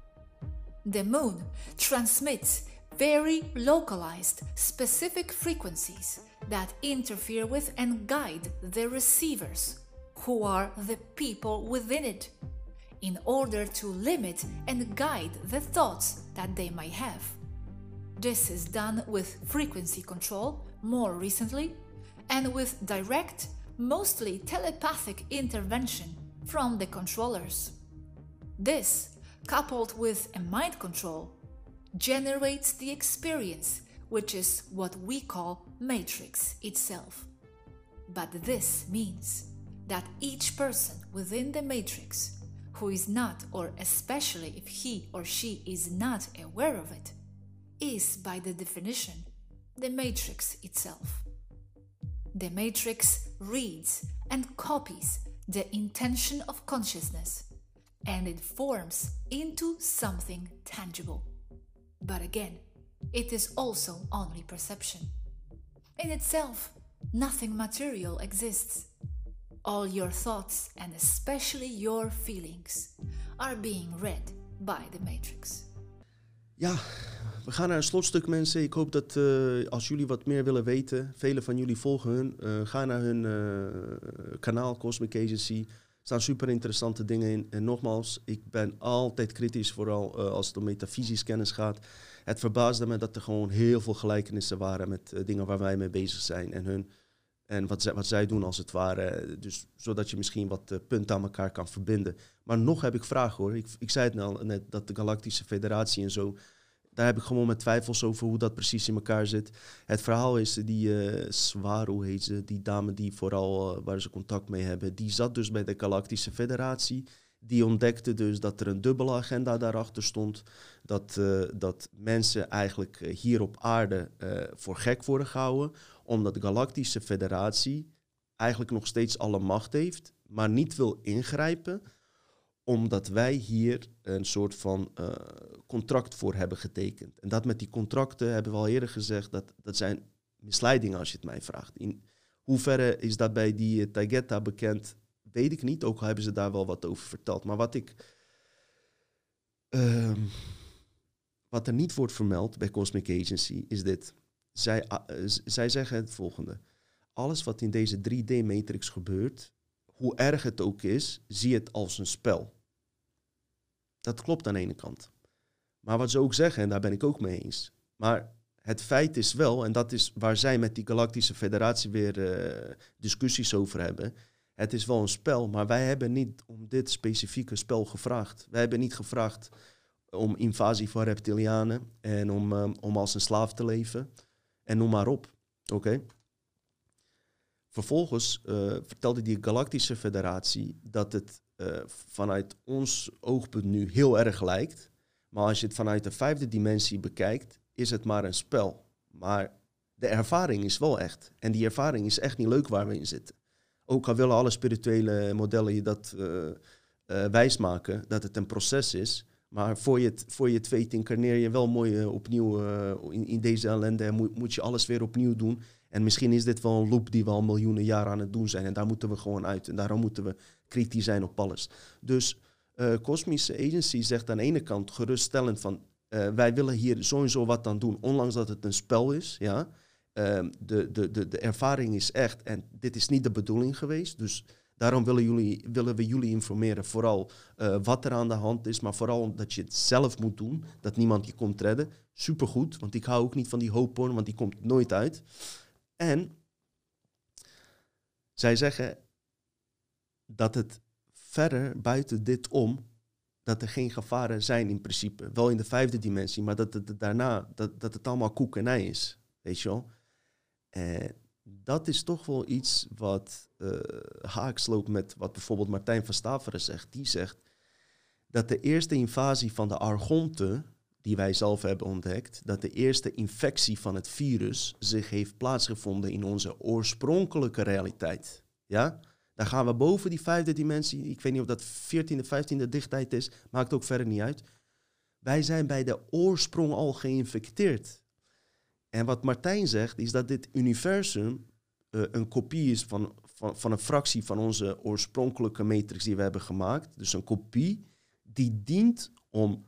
The moon transmits very localized, specific frequencies that interfere with and guide the receivers, who are the people within it, in order to limit and guide the thoughts that they might have. This is done with frequency control more recently, and with direct, mostly telepathic intervention from the controllers. This, coupled with a mind control, generates the experience, which is what we call matrix itself. But this means that each person within the matrix, who is not, or especially if he or she is not aware of it, is by the definition the matrix itself. The matrix reads and copies the intention of consciousness, and it forms into something tangible. But again, it is also only perception. In itself, nothing material exists. All your thoughts, and especially your feelings, are being read by the matrix. Ja, we gaan naar een slotstuk, mensen. Ik hoop dat als jullie wat meer willen weten, velen van jullie volgen hun. Ga naar hun kanaal, Cosmic Agency. Er staan super interessante dingen in. En nogmaals, ik ben altijd kritisch, vooral als het om metafysische kennis gaat. Het verbaasde me dat er gewoon heel veel gelijkenissen waren met dingen waar wij mee bezig zijn en hun. En wat zij doen als het ware. Dus zodat je misschien wat punten aan elkaar kan verbinden. Maar nog heb ik vragen hoor. Ik zei het al net, dat de Galactische Federatie en zo. Daar heb ik gewoon met twijfels over hoe dat precies in elkaar zit. Het verhaal is, die Swaru heet ze, die dame die vooral waar ze contact mee hebben. Die zat dus bij de Galactische Federatie. Die ontdekte dus dat er een dubbele agenda daarachter stond. Dat mensen eigenlijk hier op aarde voor gek worden gehouden. Omdat de Galactische Federatie eigenlijk nog steeds alle macht heeft, maar niet wil ingrijpen, omdat wij hier een soort van contract voor hebben getekend. En dat met die contracten, hebben we al eerder gezegd, dat zijn misleidingen als je het mij vraagt. In hoeverre is dat bij die Taygeta bekend, weet ik niet. Ook al hebben ze daar wel wat over verteld. Maar wat er niet wordt vermeld bij Cosmic Agency is dit. Zij zeggen het volgende. Alles wat in deze 3D-matrix gebeurt, hoe erg het ook is, zie het als een spel. Dat klopt aan de ene kant. Maar wat ze ook zeggen, en daar ben ik ook mee eens. Maar het feit is wel, en dat is waar zij met die Galactische Federatie weer discussies over hebben. Het is wel een spel, maar wij hebben niet om dit specifieke spel gevraagd. Wij hebben niet gevraagd om invasie van reptilianen en om als een slaaf te leven. En noem maar op. Oké. Vervolgens vertelde die Galactische Federatie dat het vanuit ons oogpunt nu heel erg lijkt. Maar als je het vanuit de 5e dimensie bekijkt, is het maar een spel. Maar de ervaring is wel echt. En die ervaring is echt niet leuk waar we in zitten. Ook al willen alle spirituele modellen je dat wijsmaken, dat het een proces is. Maar voor je het weet, incarneer je wel mooi opnieuw in deze ellende. En moet je alles weer opnieuw doen. En misschien is dit wel een loop die we al miljoenen jaren aan het doen zijn. En daar moeten we gewoon uit. En daarom moeten we kritisch zijn op alles. Dus Cosmische Agency zegt aan de ene kant geruststellend van... wij willen hier sowieso wat aan doen, ondanks dat het een spel is. Ja? De ervaring is echt en dit is niet de bedoeling geweest. Dus daarom willen we jullie informeren. Vooral wat er aan de hand is, maar vooral dat je het zelf moet doen. Dat niemand je komt redden. Supergoed, want ik hou ook niet van die hoopporn, want die komt nooit uit. En zij zeggen dat het verder buiten dit om, dat er geen gevaren zijn in principe. Wel in de 5e dimensie, maar dat het daarna, dat het allemaal koek en ei is. Weet je wel? Dat is toch wel iets wat haaks loopt met wat bijvoorbeeld Martijn van Staveren zegt. Die zegt dat de eerste invasie van de Argonten, die wij zelf hebben ontdekt, dat de eerste infectie van het virus zich heeft plaatsgevonden in onze oorspronkelijke realiteit. Ja? Dan gaan we boven die 5e dimensie. Ik weet niet of dat 14e, 15e dichtheid is. Maakt ook verder niet uit. Wij zijn bij de oorsprong al geïnfecteerd. En wat Martijn zegt, is dat dit universum een kopie is van een fractie van onze oorspronkelijke matrix die we hebben gemaakt. Dus een kopie die dient om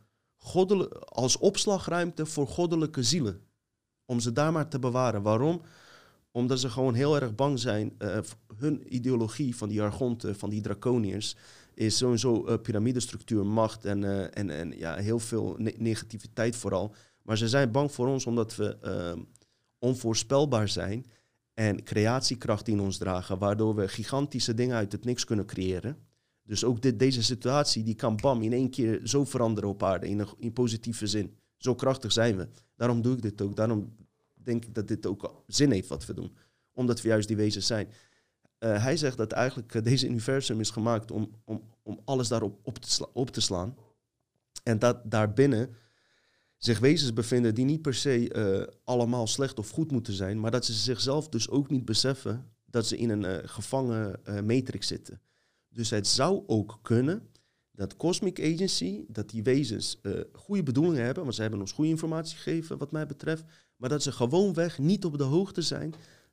als opslagruimte voor goddelijke zielen. Om ze daar maar te bewaren. Waarom? Omdat ze gewoon heel erg bang zijn. Hun ideologie van die Argonten, van die Draconiërs, is sowieso piramidestructuur, macht en ja, heel veel negativiteit vooral. Maar ze zijn bang voor ons omdat we onvoorspelbaar zijn en creatiekracht in ons dragen, waardoor we gigantische dingen uit het niks kunnen creëren. Dus ook deze situatie die kan bam in één keer zo veranderen op aarde, in positieve zin. Zo krachtig zijn we. Daarom doe ik dit ook. Daarom denk ik dat dit ook zin heeft wat we doen. Omdat we juist die wezens zijn. Hij zegt dat eigenlijk deze universum is gemaakt om alles daarop op te slaan. En dat daarbinnen zich wezens bevinden die niet per se allemaal slecht of goed moeten zijn, maar dat ze zichzelf dus ook niet beseffen dat ze in een gevangen matrix zitten. Dus het zou ook kunnen dat Cosmic Agency, dat die wezens goede bedoelingen hebben, want ze hebben ons goede informatie gegeven wat mij betreft, maar dat ze gewoonweg niet op de hoogte zijn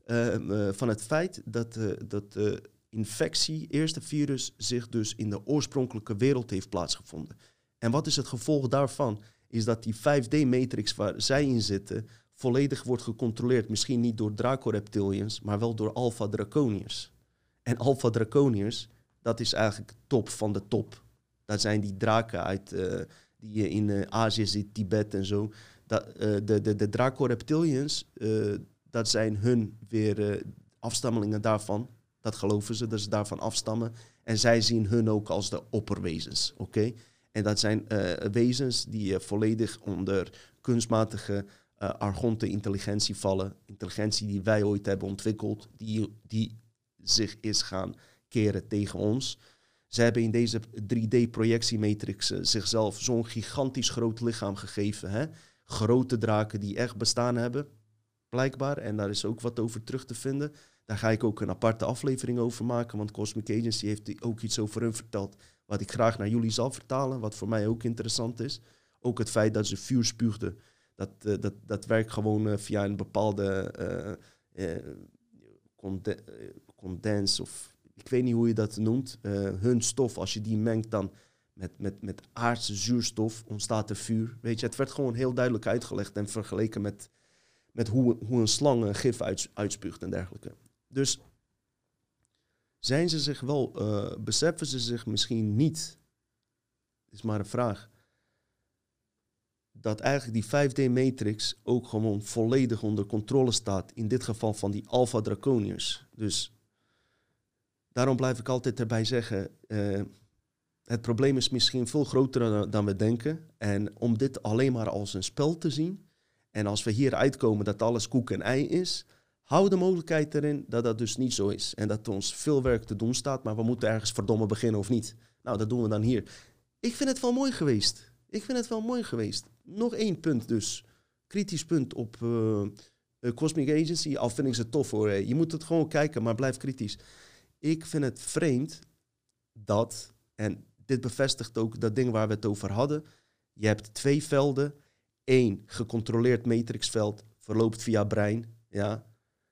van het feit dat de infectie, eerste virus, zich dus in de oorspronkelijke wereld heeft plaatsgevonden. En wat is het gevolg daarvan? Is dat die 5D-matrix waar zij in zitten volledig wordt gecontroleerd. Misschien niet door Draco-reptilians, maar wel door Alpha-Draconiërs. En Alpha-Draconiërs, dat is eigenlijk top van de top. Dat zijn die draken die je in Azië ziet, Tibet en zo. De Draco-reptilians, dat zijn hun weer afstammelingen daarvan. Dat geloven ze, dat ze daarvan afstammen. En zij zien hun ook als de opperwezens, oké? En dat zijn wezens die volledig onder kunstmatige Argonte intelligentie vallen. Intelligentie die wij ooit hebben ontwikkeld, die zich is gaan keren tegen ons. Ze hebben in deze 3D-projectiematrix zichzelf zo'n gigantisch groot lichaam gegeven. Hè? Grote draken die echt bestaan hebben, blijkbaar. En daar is ook wat over terug te vinden. Daar ga ik ook een aparte aflevering over maken, want Cosmic Agency heeft ook iets over hun verteld, wat ik graag naar jullie zal vertalen, wat voor mij ook interessant is. Ook het feit dat ze vuur spuugden, dat werkt gewoon via een bepaalde condens, of ik weet niet hoe je dat noemt. Hun stof, als je die mengt dan met aardse zuurstof, ontstaat er vuur. Weet je, het werd gewoon heel duidelijk uitgelegd en vergeleken met hoe een slang gif uitspuugt en dergelijke. Dus zijn ze zich wel, beseffen ze zich misschien niet, is maar een vraag, dat eigenlijk die 5D-matrix ook gewoon volledig onder controle staat. In dit geval van die Alpha Draconiërs. Dus daarom blijf ik altijd erbij zeggen, het probleem is misschien veel groter dan we denken. En om dit alleen maar als een spel te zien, en als we hier uitkomen dat alles koek en ei is, hou de mogelijkheid erin dat dat dus niet zo is. En dat ons veel werk te doen staat, maar we moeten ergens verdomme beginnen of niet. Nou, dat doen we dan hier. Ik vind het wel mooi geweest. Nog 1 punt dus. Kritisch punt op Cosmic Agency. Al vind ik ze tof hoor. Je moet het gewoon kijken, maar blijf kritisch. Ik vind het vreemd dat, en dit bevestigt ook dat ding waar we het over hadden. Je hebt 2 velden. 1 gecontroleerd matrixveld verloopt via brein. Ja.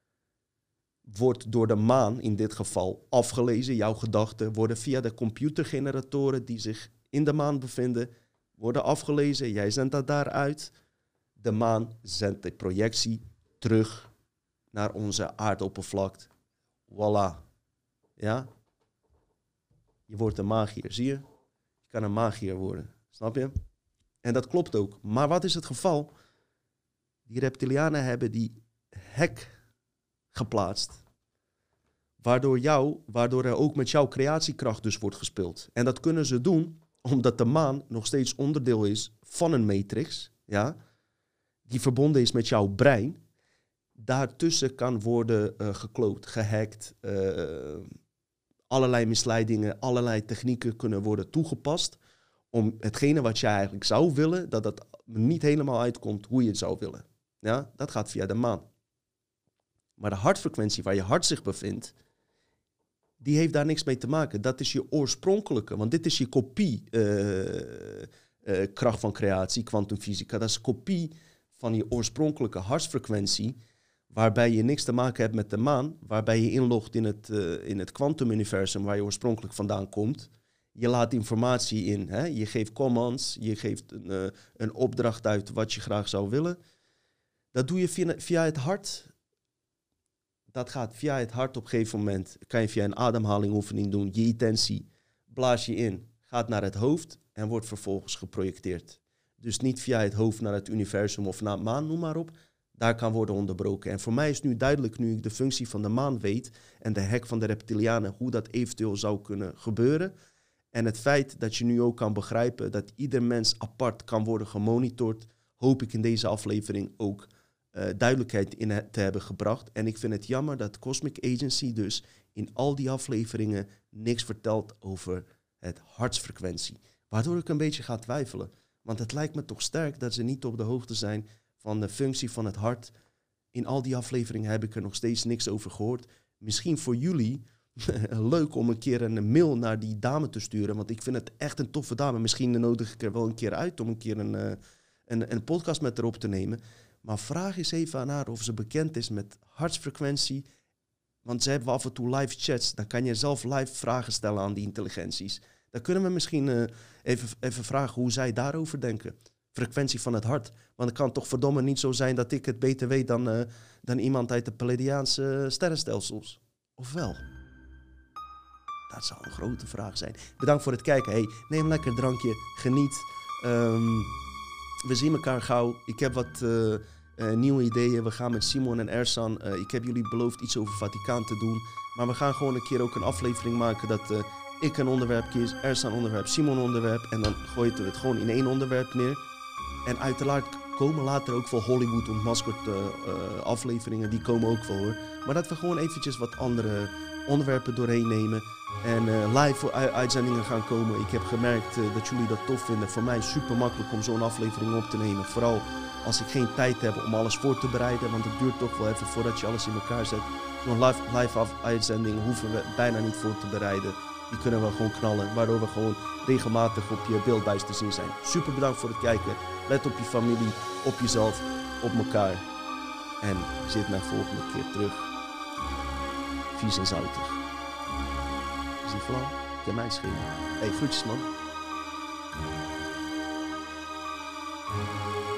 Wordt door de maan in dit geval afgelezen. Jouw gedachten worden via de computergeneratoren die zich in de maan bevinden, worden afgelezen. Jij zendt dat daaruit. De maan zendt de projectie terug naar onze aardoppervlakte. Voilà. Ja? Je wordt een magier, zie je? Je kan een magier worden, snap je? En dat klopt ook. Maar wat is het geval? Die reptilianen hebben die hek geplaatst, waardoor er ook met jouw creatiekracht dus wordt gespeeld. En dat kunnen ze doen omdat de maan nog steeds onderdeel is van een matrix, ja, die verbonden is met jouw brein. Daartussen kan worden gekloot, gehackt, allerlei misleidingen, allerlei technieken kunnen worden toegepast om hetgene wat jij eigenlijk zou willen, dat dat niet helemaal uitkomt hoe je het zou willen. Ja, dat gaat via de maan. Maar de hartfrequentie waar je hart zich bevindt, die heeft daar niks mee te maken. Dat is je oorspronkelijke, want dit is je kopie kracht van creatie, kwantumfysica. Dat is een kopie van je oorspronkelijke hartsfrequentie, waarbij je niks te maken hebt met de maan, waarbij je inlogt in het kwantumuniversum waar je oorspronkelijk vandaan komt. Je laat informatie in, hè? Je geeft commands, je geeft een opdracht uit wat je graag zou willen. Dat doe je via het hart. Dat gaat via het hart op een gegeven moment. Kan je via een ademhalingoefening doen. Je intentie blaas je in, gaat naar het hoofd en wordt vervolgens geprojecteerd. Dus niet via het hoofd naar het universum of naar de maan, noem maar op. Daar kan worden onderbroken. En voor mij is nu duidelijk, nu ik de functie van de maan weet en de hek van de reptilianen, hoe dat eventueel zou kunnen gebeuren. En het feit dat je nu ook kan begrijpen dat ieder mens apart kan worden gemonitord, hoop ik in deze aflevering ook duidelijkheid in te hebben gebracht. En ik vind het jammer dat Cosmic Agency dus in al die afleveringen niks vertelt over het hartsfrequentie. Waardoor ik een beetje ga twijfelen. Want het lijkt me toch sterk dat ze niet op de hoogte zijn van de functie van het hart. In al die afleveringen heb ik er nog steeds niks over gehoord. Misschien voor jullie leuk om een keer een mail naar die dame te sturen. Want ik vind het echt een toffe dame. Misschien nodig ik er wel een keer uit om een keer een podcast met haar op te nemen. Maar vraag eens even aan haar of ze bekend is met hartsfrequentie. Want ze hebben af en toe live chats. Dan kan je zelf live vragen stellen aan die intelligenties. Dan kunnen we misschien even vragen hoe zij daarover denken. Frequentie van het hart. Want het kan toch verdomme niet zo zijn dat ik het beter weet dan iemand uit de Pleiadiaanse sterrenstelsels. Of wel? Dat zou een grote vraag zijn. Bedankt voor het kijken. Hey, neem een lekker drankje. Geniet. We zien elkaar gauw. Ik heb wat nieuwe ideeën. We gaan met Simon en Ersan. Ik heb jullie beloofd iets over Vaticaan te doen. Maar we gaan gewoon een keer ook een aflevering maken dat ik een onderwerp kies, Ersan onderwerp, Simon onderwerp. En dan gooien we het gewoon in 1 onderwerp neer. En uiteraard komen later ook wel Hollywood ontmaskerd afleveringen. Die komen ook wel hoor. Maar dat we gewoon eventjes wat andere onderwerpen doorheen nemen. En live uitzendingen gaan komen. Ik heb gemerkt dat jullie dat tof vinden. Voor mij is super makkelijk om zo'n aflevering op te nemen. Vooral als ik geen tijd heb om alles voor te bereiden. Want het duurt toch wel even voordat je alles in elkaar zet. Zo'n live uitzending hoeven we bijna niet voor te bereiden. Die kunnen we gewoon knallen. Waardoor we gewoon regelmatig op je beeldbuis te zien zijn. Super bedankt voor het kijken. Let op je familie, op jezelf, op elkaar. En zit mij volgende keer terug. Vies en zoutig. Is die flauw? Kan mij schelen. Hey, groetjes man.